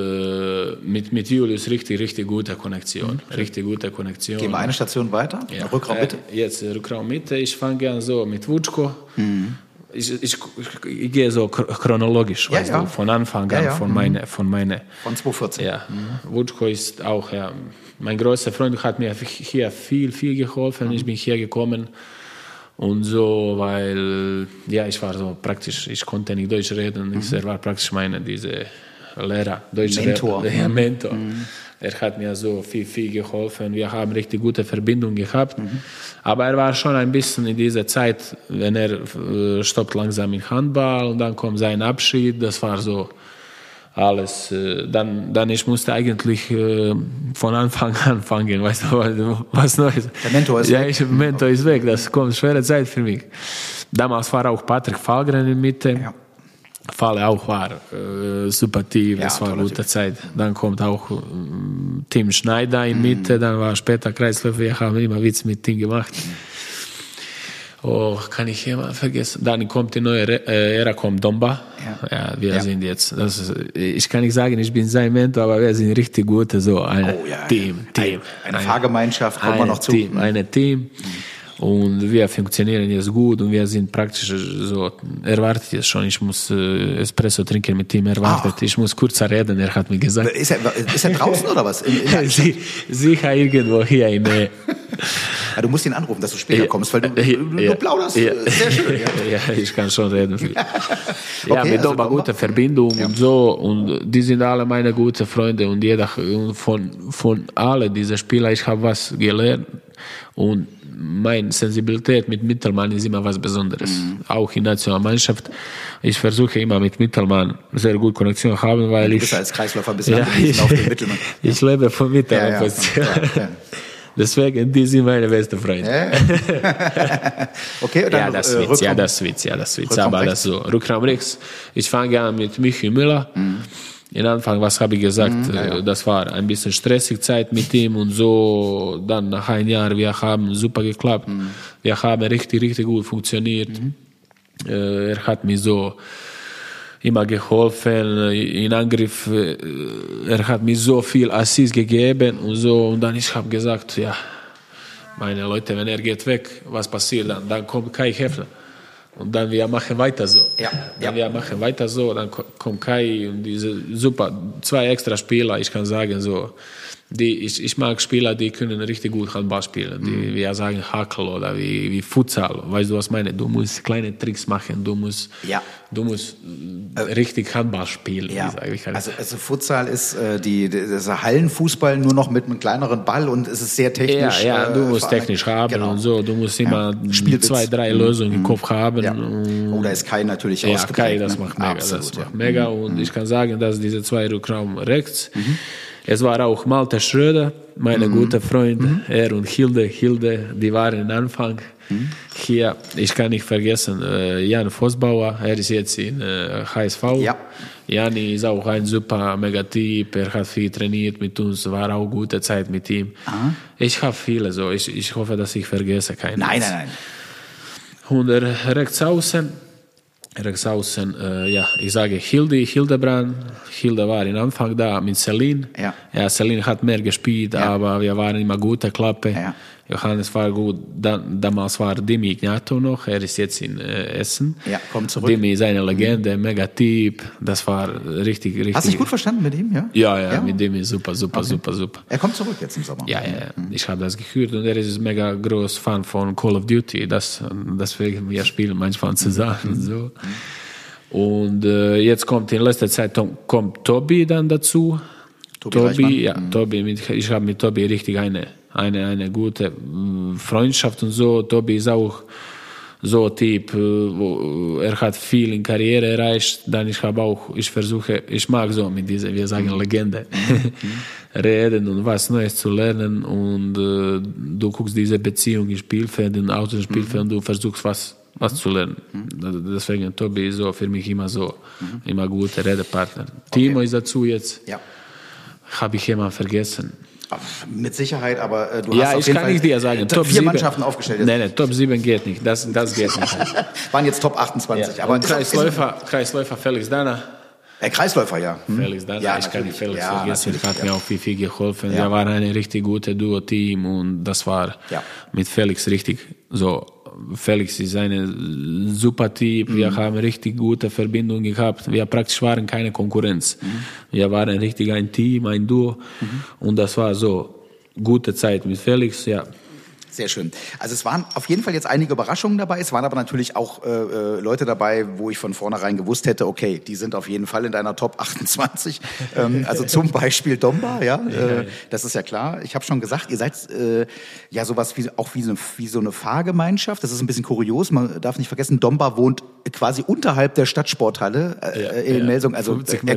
mit Julius richtig gute Konnexion. Richtig gute Konnexion. Gehen wir eine Station weiter? Ja. Rückraum Mitte? Jetzt Rückraum Mitte. Ich fange gerne so mit Wutschko. Ich gehe so chronologisch, weißt du, von Anfang an, von 2014. Ja. Wutschko ist auch, mein größter Freund hat mir hier viel geholfen. Ich bin hier gekommen und so, weil, ich war so praktisch, ich konnte nicht Deutsch reden. Er war praktisch diese Lehrer, Mentor. Mentor. Er hat mir so viel geholfen. Wir haben richtig gute Verbindung gehabt. Aber er war schon ein bisschen in dieser Zeit, wenn er stoppt langsam im Handball und dann kommt sein Abschied. Das war so alles. Dann ich musste eigentlich von Anfang an anfangen. Weißt du, was Neues. Der Mentor ist weg. Der Mentor ist weg. Das kommt schwere Zeit für mich. Damals war auch Patrick Fahlgren in der Mitte. Ja. Falle auch war super Team, das war eine gute Zeit. Dann kommt auch Tim Schneider in Mitte, dann war später Kreisläufer, wir haben immer Witz mit Tim gemacht. Kann ich jemanden vergessen? Dann kommt die neue Ära, kommt Domba. Wir sind jetzt, ich kann nicht sagen, ich bin sein Mentor, aber wir sind richtig gute, so ein Team. Eine Fahrgemeinschaft, kommen wir noch zu. Ein Team. Und wir funktionieren jetzt gut und wir sind praktisch so, erwartet jetzt schon, ich muss Espresso trinken mit ihm, ich muss kurz reden, er hat mir gesagt. Ist er draußen oder was? Sicher irgendwo hier in der... Du musst ihn anrufen, dass du später kommst, weil du plauderst sehr schön. Ja, ich kann schon reden. Mit Domba gute Verbindung und so, und die sind alle meine guten Freunde und jeder von alle diese Spieler, ich habe was gelernt. Und meine Sensibilität mit Mittelmann ist immer was Besonderes. Auch in der Nationalmannschaft. Ich versuche immer mit Mittelmann sehr gut Konnektion zu haben, weil Du bist als Kreisläufer ein bisschen angewiesen auf den Mittelmann. ich lebe von Mittelmann-Position. Ja. Deswegen, die sind meine besten Freunde. Okay, und dann das Witz. Aber das so. Rückraum rechts. Ich fange an mit Michi Müller. In Anfang, was habe ich gesagt? Das war ein bisschen stressige Zeit mit ihm und so. Dann nach einem Jahr, wir haben super geklappt. Wir haben richtig gut funktioniert. Er hat mir so immer geholfen in Angriff. Er hat mir so viel Assist gegeben und so. Und dann ich habe gesagt, ja, meine Leute, wenn er geht weg, was passiert dann? Dann kommt Kai Häfner. Und dann wir machen weiter so. Wir machen weiter so, dann kommt Kai und diese super 2 extra Spieler, ich kann sagen so, ich mag Spieler, die können richtig gut Handball spielen, die wir sagen Hakel oder wie Futsal, weißt du was ich meine? Du musst kleine Tricks machen, du musst richtig Handball spielen. Also Futsal ist das Hallenfußball nur noch mit einem kleineren Ball und es ist sehr technisch. Ja, du musst technisch haben und so, du musst immer 2, 3 Lösungen im Kopf haben. Ja. Oder ist Kai natürlich ausgeprägt. Kai, das macht mega. Absolut, das macht mega und ich kann sagen, dass diese 2 Rückraum rechts, es war auch Malte Schröder, meine gute Freund, er und Hilde, die waren am Anfang hier. Ich kann nicht vergessen, Jan Vosbauer, er ist jetzt in HSV. Ja. Jani ist auch ein super Megatyp, er hat viel trainiert mit uns, war auch gute Zeit mit ihm. Ich habe viele so, ich hoffe, dass ich vergesse keinen. Nein. Und rechts außen, ich sage Hildebrand. Hilde war am Anfang da mit Celine. Ja, Celine hat mehr gespielt, aber wir waren immer gute Klappe. Ja. Johannes war gut. Damals war Dimi Ignato noch. Er ist jetzt in Essen. Ja, kommt zurück. Dimi ist eine Legende, Megatyp. Das war richtig. Hast du dich gut verstanden mit ihm? Ja, mit Dimi super. Er kommt zurück jetzt im Sommer. Ja. Ich habe das gehört und er ist mega groß Fan von Call of Duty. Deswegen wir spielen manchmal zusammen. So. Und jetzt kommt in letzter Zeit Tobi dann dazu. Tobi, ich habe mit Tobi richtig eine gute Freundschaft und so. Tobi ist auch so ein Typ, er hat viel in Karriere erreicht. Dann ich mag so mit dieser, wir sagen Legende, reden und was Neues zu lernen und du guckst diese Beziehung im Spielfeld, im Außenspielfeld und du versuchst was zu lernen. Deswegen Tobi ist so für mich immer immer guter Redepartner. Timo ist dazu jetzt. Ja. Habe ich jemanden vergessen? Mit Sicherheit, aber du hast auf jeden Fall nicht dir sagen. Top 4 Mannschaften aufgestellt. Nein, Top 7 geht nicht. Das geht nicht. Waren jetzt Top 28. Ja. Aber Kreisläufer Felix Dana. Kreisläufer, ja. Felix Dana, ja, ich kann nicht Felix vergessen. Er hat mir auch viel geholfen. Wir waren ein richtig gutes Duo-Team und das war mit Felix richtig so. Felix ist ein super Typ. Wir haben richtig gute Verbindung gehabt. Wir praktisch waren keine Konkurrenz. Wir waren richtig ein Team, ein Duo. Und das war so gute Zeit mit Felix, ja. Sehr schön. Also es waren auf jeden Fall jetzt einige Überraschungen dabei. Es waren aber natürlich auch Leute dabei, wo ich von vornherein gewusst hätte, okay, die sind auf jeden Fall in deiner Top 28. Also zum Beispiel Domba, das ist ja klar. Ich habe schon gesagt, ihr seid sowas wie so eine Fahrgemeinschaft. Das ist ein bisschen kurios. Man darf nicht vergessen, Domba wohnt quasi unterhalb der Stadtsporthalle in Melsung. Also er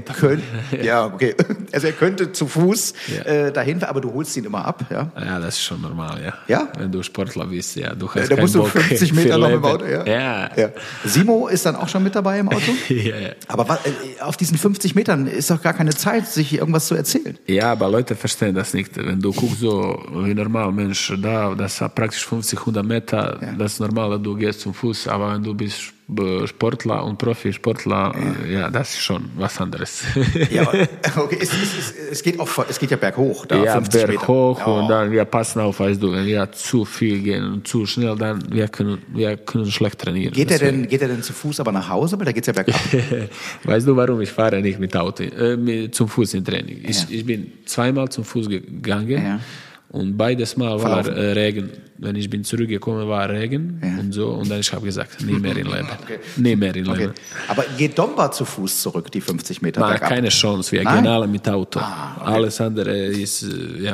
könnte zu Fuß dahin, aber du holst ihn immer ab. Ja, das ist schon normal, Ja? Wenn du Sportler bist, du hast da musst du Bock 50 Meter noch im Auto, ja. Simo ist dann auch schon mit dabei im Auto? Ja. Aber auf diesen 50 Metern ist doch gar keine Zeit, sich irgendwas zu erzählen. Ja, aber Leute verstehen das nicht. Wenn du guckst so wie normal Mensch, das hat praktisch 50, 100 Meter, das ist normal, du gehst zum Fuß, aber wenn du bist Sportler und Profisportler, das ist schon was anderes. Ja, okay, es geht ja berghoch, da 50 Meter. Berghoch und dann wir passen auf, weißt du, wenn wir zu viel gehen und zu schnell, dann wir können schlecht trainieren. Geht er denn zu Fuß aber nach Hause, weil da geht's ja bergab? Weißt du, warum ich fahre nicht mit Auto zum Fuß im Training? Ich bin zweimal zum Fuß gegangen. Und beides Mal war Regen. Wenn ich bin zurückgekommen, war Regen und so. Und dann habe ich gesagt, nie mehr in Leben. Nie mehr in Leben. Aber geht Domba zu Fuß zurück, die 50 Meter bergab? Keine Chance. Wir gehen alle mit Auto. Okay. Alles andere ist,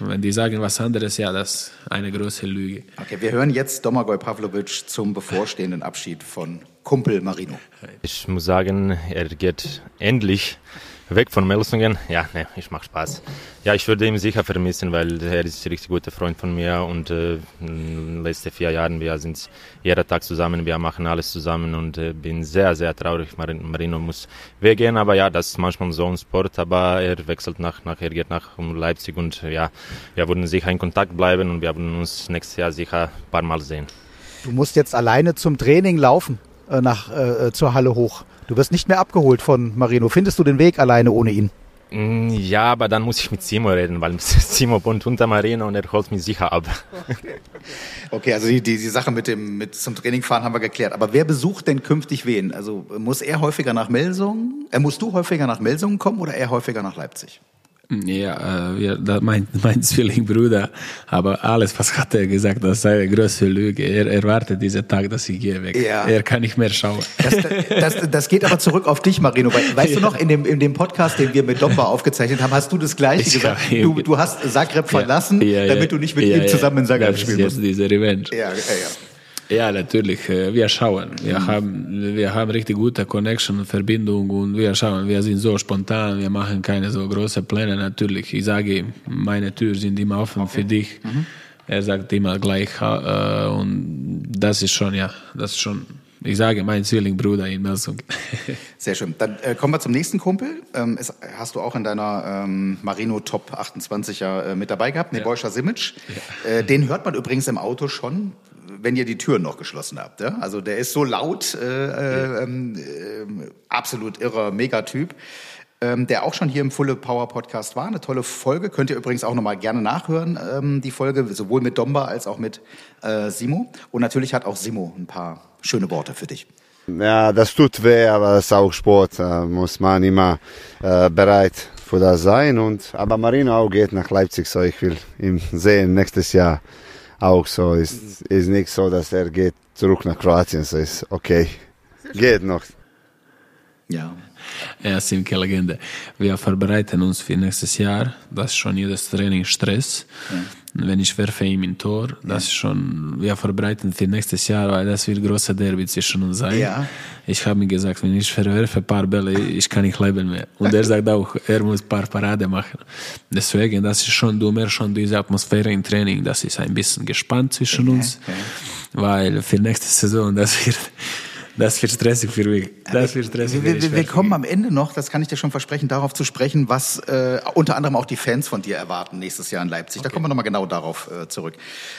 Wenn die sagen was anderes, ja, das ist eine große Lüge. Okay, wir hören jetzt Domagoj Pavlovic zum bevorstehenden Abschied von Kumpel Marino. Ich muss sagen, er geht endlich weg von Melsungen. Ja, ne, ich mache Spaß. Ja, ich würde ihn sicher vermissen, weil er ist ein richtig guter Freund von mir und in den letzten 4 Jahren, wir sind jeden Tag zusammen, wir machen alles zusammen und bin sehr, sehr traurig. Marino muss weggehen, aber ja, das ist manchmal so ein Sport, aber er wechselt er geht nach Leipzig und ja, wir würden sicher in Kontakt bleiben und wir werden uns nächstes Jahr sicher ein paar Mal sehen. Du musst jetzt alleine zum Training laufen, zur Halle hoch. Du wirst nicht mehr abgeholt von Marino. Findest du den Weg alleine ohne ihn? Ja, aber dann muss ich mit Simo reden, weil Simo wohnt unter Marino und er holt mich sicher ab. Okay, also die Sache mit zum Training fahren haben wir geklärt. Aber wer besucht denn künftig wen? Also musst du häufiger nach Melsungen kommen oder er häufiger nach Leipzig? Ja, mein Zwillingbruder, aber alles, was hat er gesagt, das ist eine große Lüge. Er wartet diesen Tag, dass ich gehe weg. Ja. Er kann nicht mehr schauen. Das geht aber zurück auf dich, Marino. Weißt du noch, in dem Podcast, den wir mit Domba aufgezeichnet haben, hast du das Gleiche gesagt. Du hast Zagreb verlassen, damit du nicht mit ihm zusammen in Zagreb spielen musst. Das ist jetzt diese Revenge. Ja. Ja, natürlich. Wir schauen. Wir haben richtig gute Connection und Verbindung und wir schauen. Wir sind so spontan. Wir machen keine so großen Pläne. Natürlich. Ich sage, meine Türen sind immer offen für dich. Er sagt immer gleich. Und das ist schon, ich sage, mein Zwillingbruder in Melsung. Sehr schön. Dann kommen wir zum nächsten Kumpel. Hast du auch in deiner Marino Top 28 mit dabei gehabt, Nebojša Simic. Ja. Den hört man übrigens im Auto schon, wenn ihr die Türen noch geschlossen habt. Ja? Also der ist so laut, absolut irrer Megatyp, der auch schon hier im Fulle Power Podcast war. Eine tolle Folge, könnt ihr übrigens auch nochmal gerne nachhören, die Folge, sowohl mit Domba als auch mit Simo. Und natürlich hat auch Simo ein paar schöne Worte für dich. Ja, das tut weh, aber das ist auch Sport. Muss man immer bereit für das sein. Aber Marino auch geht nach Leipzig, so ich will ihn sehen nächstes Jahr. Auch so, ist nicht so, dass er geht zurück nach Kroatien, so ist okay. Geht noch. Ja. Er ist eine Legende. Wir vorbereiten uns für nächstes Jahr. Das ist schon jedes Training Stress. Ja. Wenn ich werfe ihm ein Tor, das ist schon, wir vorbereiten für nächstes Jahr, weil das wird ein großer Derby zwischen uns sein. Ja. Ich habe ihm gesagt, wenn ich verwerfe ein paar Bälle, ich kann nicht leben mehr. Und er sagt auch, er muss ein paar Parade machen. Deswegen, das ist schon, du merkst schon diese Atmosphäre im Training, das ist ein bisschen gespannt zwischen uns, weil für nächste Saison, das wird stressig für mich. Wir kommen am Ende noch, das kann ich dir schon versprechen, darauf zu sprechen, was unter anderem auch die Fans von dir erwarten nächstes Jahr in Leipzig. Okay. Da kommen wir nochmal genau darauf zurück.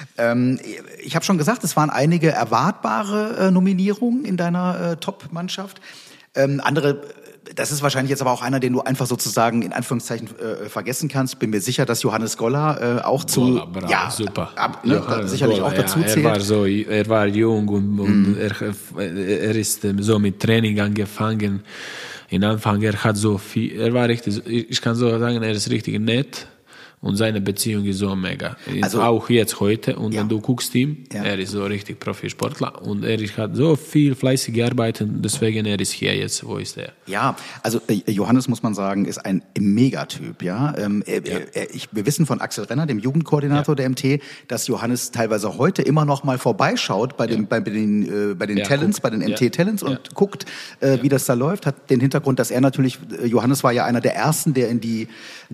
Ich habe schon gesagt, es waren einige erwartbare Nominierungen in deiner Top-Mannschaft. Andere, das ist wahrscheinlich jetzt aber auch einer, den du einfach sozusagen in Anführungszeichen vergessen kannst. Bin mir sicher, dass Johannes Goller auch zu bravo, ja super sicherlich Goller, auch dazu zählt. Er war jung und er ist so mit Training angefangen. In Anfang er hat so viel, er war richtig, ich kann so sagen, er ist richtig nett. Und seine Beziehung ist so mega. Also, auch jetzt heute. Und wenn du guckst ihm, er ist so richtig Profisportler. Und er hat so viel fleißig gearbeitet. Deswegen er ist hier jetzt. Wo ist er? Ja, also Johannes, muss man sagen, ist ein Megatyp. Ja? Wir wissen von Axel Renner, dem Jugendkoordinator der MT, dass Johannes teilweise heute immer noch mal vorbeischaut bei den Talents, bei den MT-Talents und guckt, wie das da läuft. Hat den Hintergrund, dass er natürlich, Johannes war ja einer der Ersten, der in die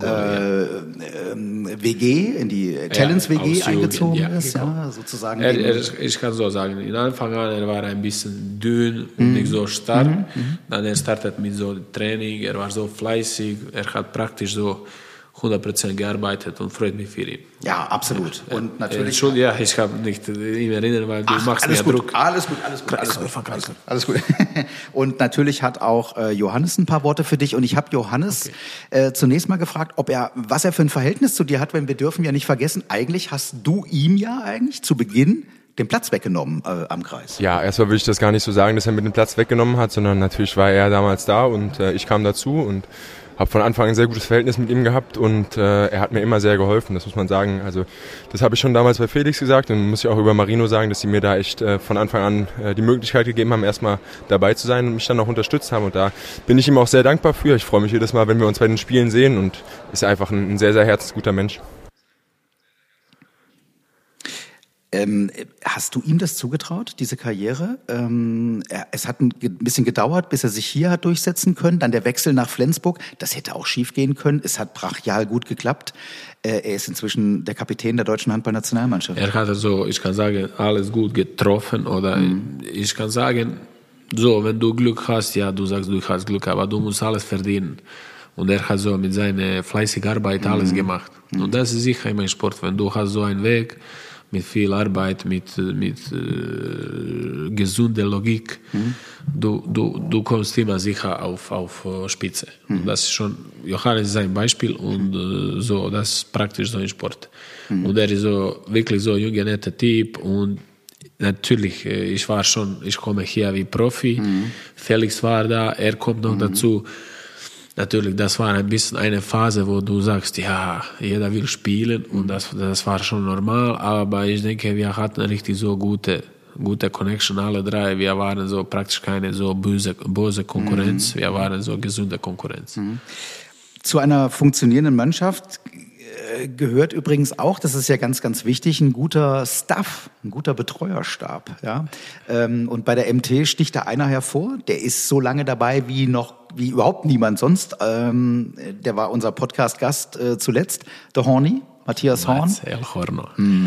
WG, in die Talents-WG eingezogen ist, sozusagen. Ich kann so sagen, in Anfang an, er war ein bisschen dünn und nicht so stark. Dann er startet mit so Training, er war so fleißig, er hat praktisch so 100% gearbeitet und freut mich für ihn. Ja, absolut. Und natürlich. Ich habe nicht ihn erinnern, weil du machst mir Druck. Alles gut. Und natürlich hat auch Johannes ein paar Worte für dich. Und ich habe Johannes zunächst mal gefragt, was er für ein Verhältnis zu dir hat, weil wir dürfen ja nicht vergessen, eigentlich hast du ihm ja eigentlich zu Beginn den Platz weggenommen am Kreis. Ja, erstmal will ich das gar nicht so sagen, dass er mir den Platz weggenommen hat, sondern natürlich war er damals da und ich kam dazu und habe von Anfang an ein sehr gutes Verhältnis mit ihm gehabt und er hat mir immer sehr geholfen, das muss man sagen. Also das habe ich schon damals bei Felix gesagt und muss ich auch über Marino sagen, dass sie mir da echt von Anfang an die Möglichkeit gegeben haben, erstmal dabei zu sein und mich dann auch unterstützt haben. Und da bin ich ihm auch sehr dankbar für. Ich freue mich jedes Mal, wenn wir uns bei den Spielen sehen und ist einfach ein sehr, sehr herzensguter Mensch. Hast du ihm das zugetraut, diese Karriere? Es hat ein bisschen gedauert, bis er sich hier hat durchsetzen können. Dann der Wechsel nach Flensburg, das hätte auch schief gehen können. Es hat brachial gut geklappt. Er ist inzwischen der Kapitän der deutschen Handballnationalmannschaft. Er hat also, ich kann sagen, alles gut getroffen. Oder ich kann sagen, so, wenn du Glück hast, ja, du sagst, du hast Glück, aber du musst alles verdienen. Und er hat so mit seiner fleißigen Arbeit alles gemacht. Und das ist sicher immer im Sport, wenn du hast so einen Weg mit viel Arbeit, mit gesunder Logik, du kommst immer sicher auf Spitze. Und das ist schon, Johannes ist ein Beispiel und so, das ist praktisch so im Sport. Und er ist so wirklich so ein junger, netter Typ und natürlich, ich komme hier wie Profi, Felix war da, er kommt noch dazu. Natürlich, das war ein bisschen eine Phase, wo du sagst, ja, jeder will spielen und das war schon normal, aber ich denke, wir hatten richtig so gute Connection, alle drei. Wir waren so praktisch keine so böse Konkurrenz, wir waren so gesunde Konkurrenz. Zu einer funktionierenden Mannschaft gehört übrigens auch, das ist ja ganz, ganz wichtig, ein guter Staff, ein guter Betreuerstab. Ja? Und bei der MT sticht da einer hervor, der ist so lange dabei wie überhaupt niemand sonst. Der war unser Podcast-Gast zuletzt, der Horny, Matthias Horn. Marcel Horno.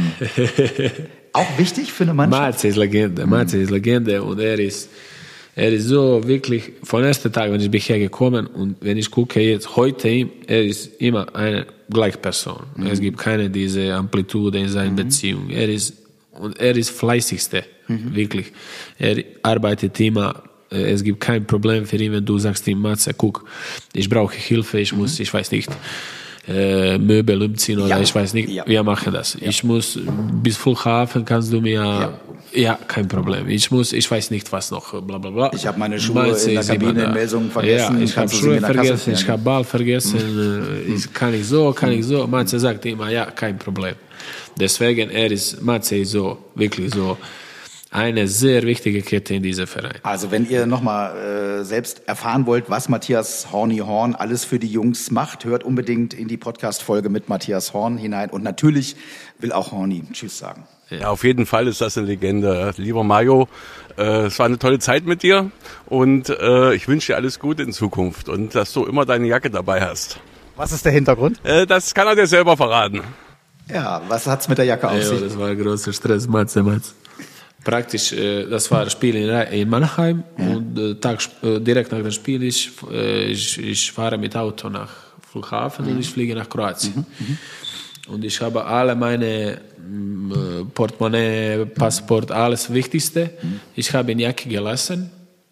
Auch wichtig für eine Mannschaft. Marcel ist Legende und er ist so wirklich, von ersten Tag, wenn ich bin hergekommen und wenn ich gucke jetzt heute, er ist immer eine gleiche Person. Es gibt keine diese Amplitude in seiner Beziehung. Er ist fleißigste, wirklich. Er arbeitet immer. Es gibt kein Problem für ihn, wenn du sagst ihm, Matze, guck, ich brauche Hilfe, ich weiß nicht, Möbel umziehen oder ich weiß nicht, wir machen das. Ja. Ich muss bis Flughafen, kannst du mir, kein Problem. Ich weiß nicht, was noch, bla bla bla. Ich habe meine Schuhe in der Kabine in Melsungen vergessen. Ja, ich habe Schuhe vergessen, ich habe Ball vergessen, kann ich so. Matze sagt immer, ja, kein Problem. Deswegen, Matze ist so, wirklich so, eine sehr wichtige Kette in diesem Verein. Also wenn ihr nochmal selbst erfahren wollt, was Matthias Horny Horn alles für die Jungs macht, hört unbedingt in die Podcast-Folge mit Matthias Horn hinein. Und natürlich will auch Horny Tschüss sagen. Ja, auf jeden Fall ist das eine Legende. Lieber Mario, es war eine tolle Zeit mit dir und ich wünsche dir alles Gute in Zukunft und dass du immer deine Jacke dabei hast. Was ist der Hintergrund? Das kann er dir selber verraten. Ja, was hat's mit der Jacke auf sich? Das war ein großer Stress, Matze. Praktisch, das war ein Spiel in Mannheim und direkt nach dem Spiel ich fahre mit Auto nach Flughafen und ich fliege nach Kroatien. Und ich habe alle meine Portemonnaie, Passport, alles Wichtigste. Ich habe in Jacke gelassen.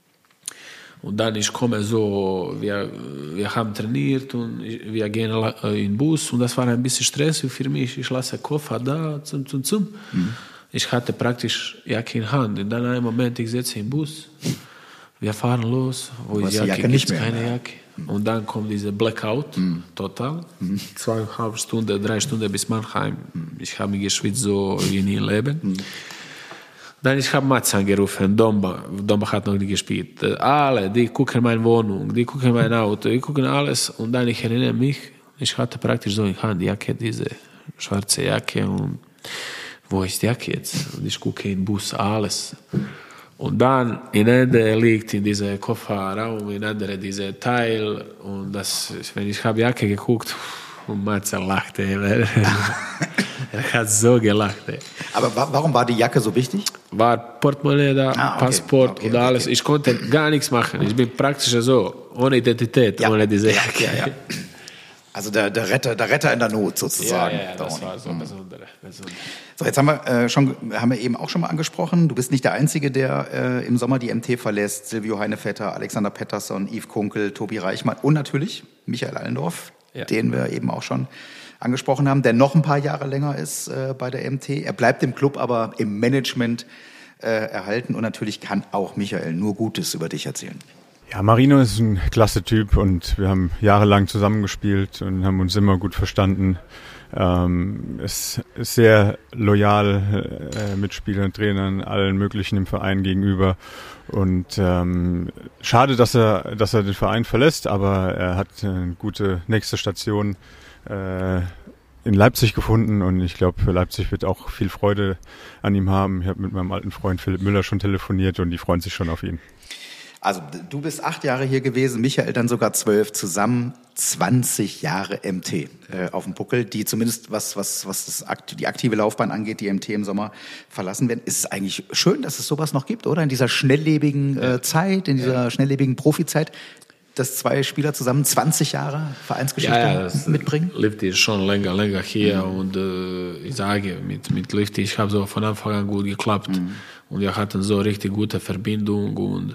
Und dann ich komme so, wir haben trainiert und wir gehen in den Bus und das war ein bisschen Stress für mich. Ich lasse Koffer da zum. Ich hatte praktisch Jacke in Hand. Und dann einen Moment, ich setze im Bus, wir fahren los, wo ist Jacke, gibt es keine Jacke. Und dann kommt diese Blackout, total. 2,5 Stunden, 3 Stunden bis Mannheim. Ich habe mich geschwitzt so wie nie im Leben. Dann ich habe Matze angerufen, Domba hat noch nicht gespielt. Alle, die gucken meine Wohnung, die gucken mein Auto, die gucken alles. Und dann ich erinnere mich, ich hatte praktisch so in Hand die Jacke, diese schwarze Jacke und wo ist die Jacke jetzt? Und ich gucke in den Bus, alles. Und dann in Ende liegt in diesem Kofferraum, in andere diese Teil. Und wenn ich habe die Jacke geguckt, und Matze lachte. Er hat so gelacht. Aber warum war die Jacke so wichtig? War Portemonnaie da, Passport und alles. Ich konnte gar nichts machen. Ich bin praktisch so, ohne Identität, ohne diese Jacke. Ja. Also der Retter in der Not sozusagen. Ja, das war so besonders. So, jetzt haben wir eben auch schon mal angesprochen, du bist nicht der Einzige, der im Sommer die MT verlässt. Silvio Heinevetter, Alexander Pettersson, Yves Kunkel, Tobi Reichmann und natürlich Michael Allendorf, den wir eben auch schon angesprochen haben, der noch ein paar Jahre länger ist bei der MT. Er bleibt im Club, aber im Management erhalten und natürlich kann auch Michael nur Gutes über dich erzählen. Ja, Marino ist ein klasse Typ und wir haben jahrelang zusammengespielt und haben uns immer gut verstanden. Ist sehr loyal Mitspielern, Trainern, allen möglichen im Verein gegenüber. Und schade, dass er den Verein verlässt, aber er hat eine gute nächste Station in Leipzig gefunden und ich glaube, Leipzig wird auch viel Freude an ihm haben. Ich habe mit meinem alten Freund Philipp Müller schon telefoniert und die freuen sich schon auf ihn. Also du bist 8 Jahre hier gewesen, Michael dann sogar 12, zusammen 20 Jahre MT auf dem Buckel, die zumindest was die aktive Laufbahn angeht, die MT im Sommer verlassen werden. Ist es eigentlich schön, dass es sowas noch gibt, oder? In dieser schnelllebigen Zeit, in dieser schnelllebigen Profizeit, dass 2 Spieler zusammen 20 Jahre Vereinsgeschichte mitbringen? Lifty ist schon länger hier und ich sage, mit Lifty, ich habe so von Anfang an gut geklappt und wir hatten so richtig gute Verbindung und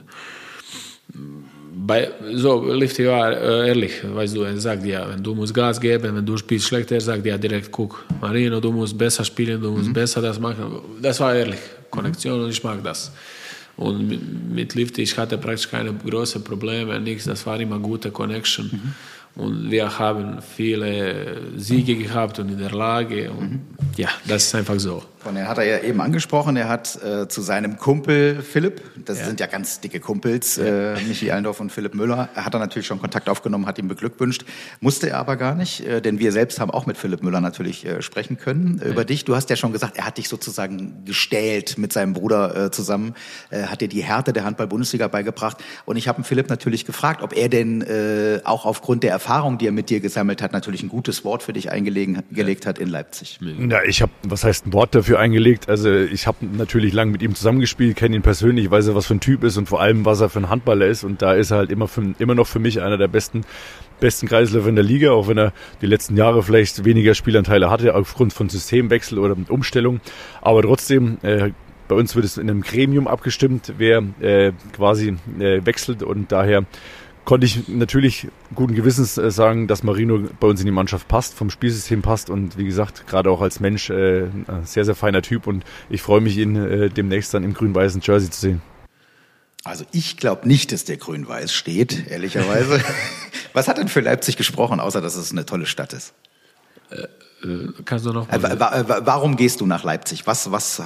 Lifty war ehrlich, weißt du, er sagt ja, wenn du musst Gas geben, wenn du spielst schlecht, er sagt ja direkt, guck, Marino, du musst besser spielen, du musst besser das machen. Das war ehrlich, Konnektion und ich mag das. Und mit Lifty, ich hatte praktisch keine großen Probleme, nichts, das war immer gute Connection. Und wir haben viele Siege gehabt und in der Lage. Und ja, das ist einfach so. Und er hat ja eben angesprochen, er hat zu seinem Kumpel Philipp, das sind ja ganz dicke Kumpels, Michi Allendorf und Philipp Müller, er hat natürlich schon Kontakt aufgenommen, hat ihm beglückwünscht, musste er aber gar nicht, denn wir selbst haben auch mit Philipp Müller natürlich sprechen können über dich. Du hast ja schon gesagt, er hat dich sozusagen gestählt mit seinem Bruder zusammen, hat dir die Härte der Handball-Bundesliga beigebracht. Und ich habe Philipp natürlich gefragt, ob er denn auch aufgrund der Erfahrung, die er mit dir gesammelt hat, natürlich ein gutes Wort für dich eingelegt hat in Leipzig. Ja, ich habe, was heißt ein Wort dafür eingelegt? Also ich habe natürlich lange mit ihm zusammengespielt, kenne ihn persönlich, weiß er, was für ein Typ ist und vor allem, was er für ein Handballer ist. Und da ist er halt immer noch für mich einer der besten Kreisläufer in der Liga, auch wenn er die letzten Jahre vielleicht weniger Spielanteile hatte, aufgrund von Systemwechsel oder Umstellung. Aber trotzdem, bei uns wird es in einem Gremium abgestimmt, wer quasi wechselt, und daher konnte ich natürlich guten Gewissens sagen, dass Marino bei uns in die Mannschaft passt, vom Spielsystem passt und wie gesagt, gerade auch als Mensch ein sehr, sehr feiner Typ, und ich freue mich, ihn demnächst dann im grün-weißen Jersey zu sehen. Also ich glaube nicht, dass der grün-weiß steht, ehrlicherweise. Was hat denn für Leipzig gesprochen, außer dass es eine tolle Stadt ist? Kannst du noch warum gehst du nach Leipzig? Was magst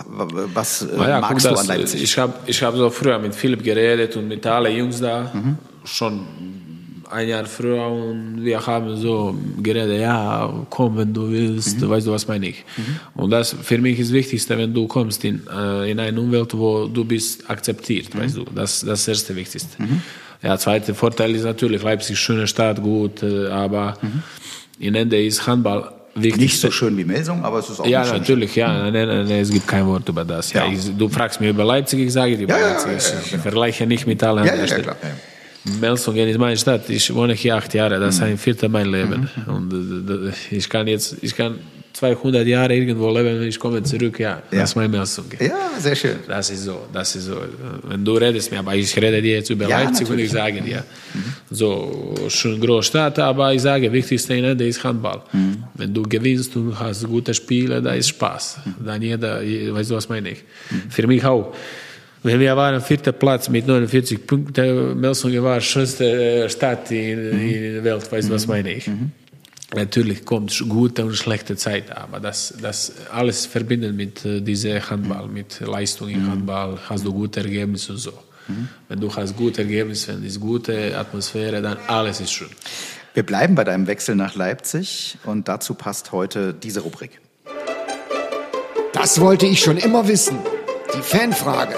du an Leipzig? Ich hab so früher mit Philipp geredet und mit allen Jungs da, schon ein Jahr früher, und wir haben so geredet, ja, komm, wenn du willst, weißt du, was meine ich. Und das für mich ist das Wichtigste, wenn du kommst in eine Umwelt, wo du bist akzeptiert, weißt du, das ist das erste Wichtigste. Ja, zweiter Vorteil ist natürlich, Leipzig, schöne Stadt, gut, aber in Ende ist Handball wichtig. Nicht so schön wie Melsung, aber es ist auch ja, natürlich, ja, nee, es gibt kein Wort über das. Ja. Du fragst mich über Leipzig, ich sage dir über Leipzig. Ich vergleiche nicht mit allen anderen Städten. Melsungen ist meine Stadt, ich wohne hier 8 Jahre, das ist ein Viertel mein Leben. Und ich kann 200 Jahre irgendwo leben und ich komme zurück, das ist meine Melsung. Ja, sehr schön. Das ist so. Wenn du redest mir, aber ich rede dir jetzt über Leipzig natürlich. Und ich sage dir, so schön große Stadt, aber ich sage, wichtigste in Ende ist Handball. Wenn du gewinnst und hast gute Spiele, da ist Spaß. Dann weißt du, was meine ich? Für mich auch. Wenn wir waren 4. Platz mit 49 Punkten, Melsungen war die schönste Stadt in der Welt, weißt du, was meine ich? Natürlich kommt gute und schlechte Zeit, aber das alles verbinden mit diesem Handball, mit Leistung im Handball, hast du gute Ergebnisse und so. Wenn du hast gute Ergebnisse, wenn es gute Atmosphäre, dann alles ist schön. Wir bleiben bei deinem Wechsel nach Leipzig und dazu passt heute diese Rubrik. Das wollte ich schon immer wissen. Die Fanfrage.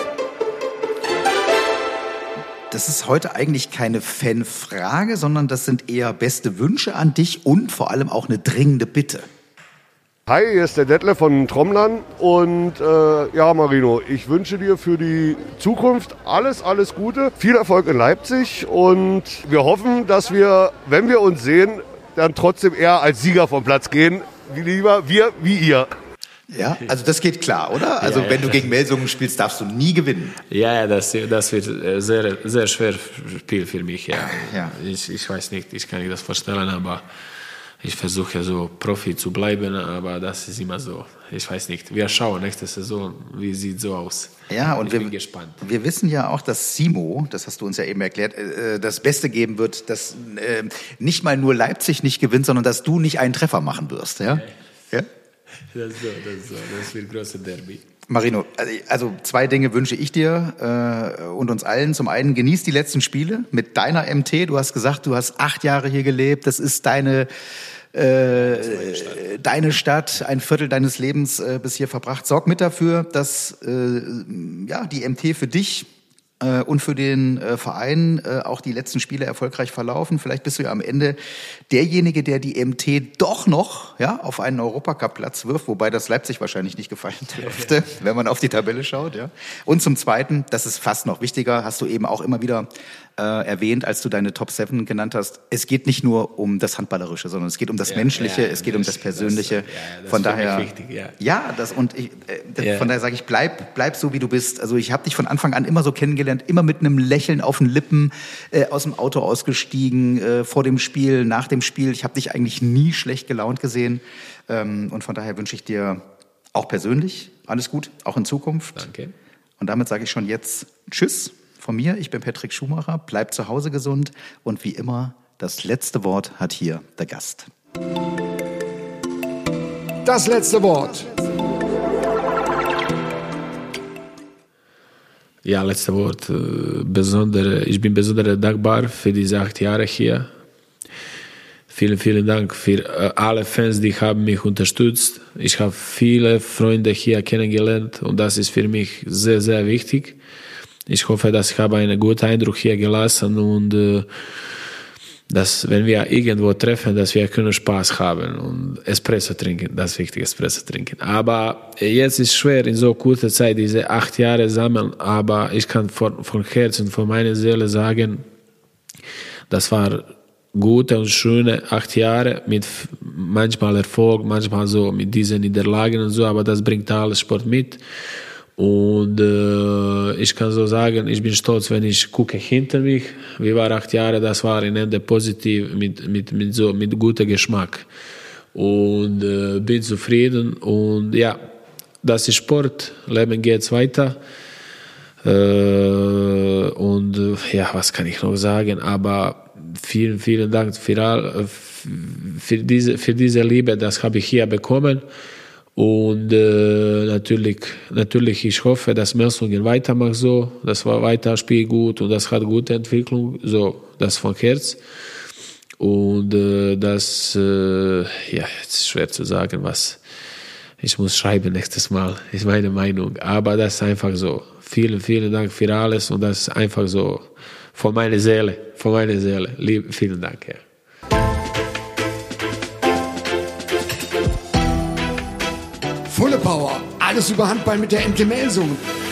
Das ist heute eigentlich keine Fanfrage, sondern das sind eher beste Wünsche an dich und vor allem auch eine dringende Bitte. Hi, hier ist der Detlef von Trommlern und Marino, ich wünsche dir für die Zukunft alles Gute, viel Erfolg in Leipzig, und wir hoffen, dass wir, wenn wir uns sehen, dann trotzdem eher als Sieger vom Platz gehen, lieber wir wie ihr. Ja, also das geht klar, oder? Also wenn du gegen Melsungen spielst, darfst du nie gewinnen. Ja, das wird sehr, sehr schwer Spiel für mich. Ja. Ich weiß nicht, ich kann nicht das vorstellen, aber ich versuche so Profi zu bleiben, aber das ist immer so. Ich weiß nicht. Wir schauen nächste Saison, wie sieht so aus. Ja, und ich bin gespannt. Wir wissen ja auch, dass Simo, das hast du uns ja eben erklärt, das Beste geben wird, dass nicht mal nur Leipzig nicht gewinnt, sondern dass du nicht einen Treffer machen wirst. Ja? Ja? Das wird ein großes Derby. Marino, also 2 Dinge wünsche ich dir und uns allen. Zum einen, genieß die letzten Spiele mit deiner MT. Du hast gesagt, du hast 8 Jahre hier gelebt. Das ist deine deine Stadt, ein Viertel deines Lebens bis hier verbracht. Sorg mit dafür, dass die MT für dich und für den Verein auch die letzten Spiele erfolgreich verlaufen. Vielleicht bist du ja am Ende derjenige, der die MT doch noch auf einen Europacup-Platz wirft, wobei das Leipzig wahrscheinlich nicht gefallen dürfte, wenn man auf die Tabelle schaut. Ja. Und zum Zweiten, das ist fast noch wichtiger, hast du eben auch immer wieder erwähnt, als du deine Top 7 genannt hast. Es geht nicht nur um das Handballerische, sondern es geht um das Menschliche, es geht um das Persönliche. Das von daher, wichtig, von daher sage ich, bleib so, wie du bist. Also ich habe dich von Anfang an immer so kennengelernt, immer mit einem Lächeln auf den Lippen, aus dem Auto ausgestiegen, vor dem Spiel, nach dem Spiel. Ich habe dich eigentlich nie schlecht gelaunt gesehen. Und von daher wünsche ich dir auch persönlich alles gut, auch in Zukunft. Danke. Und damit sage ich schon jetzt Tschüss von mir. Ich bin Patrick Schumacher. Bleibt zu Hause gesund. Und wie immer, das letzte Wort hat hier der Gast. Das letzte Wort. Ja, letzte Wort. Ich bin besonders dankbar für diese 8 Jahre hier. Vielen, vielen Dank für alle Fans, die haben mich unterstützt. Ich habe viele Freunde hier kennengelernt und das ist für mich sehr, sehr wichtig. Ich hoffe, dass ich habe einen guten Eindruck hier gelassen und dass, wenn wir irgendwo treffen, dass wir können Spaß haben und Espresso trinken, das ist wichtig, Espresso trinken. Aber jetzt ist es schwer, in so kurzer Zeit diese 8 Jahre sammeln, aber ich kann von Herzen, von meiner Seele sagen, das war gute und schöne 8 Jahre mit manchmal Erfolg, manchmal so mit diesen Niederlagen und so, aber das bringt alles Sport mit. Und ich kann so sagen, ich bin stolz, wenn ich gucke hinter mich. Wie war 8 Jahre, das war in Ende positiv mit gutem Geschmack. Und bin zufrieden. Und ja, das ist Sport, Leben geht weiter. Was kann ich noch sagen? Aber vielen, vielen Dank für diese Liebe, das habe ich hier bekommen. Und natürlich, ich hoffe, dass Melsungen weitermacht so, das war weiter Spiel gut und das hat gute Entwicklung, so, das von Herz. Und jetzt ist schwer zu sagen, was ich muss schreiben nächstes Mal, ist meine Meinung. Aber das ist einfach so. Vielen, vielen Dank für alles und das ist einfach so von meiner Seele. Vielen Dank, ja. Fulle Power. Alles über Handball mit der MT Melsungen.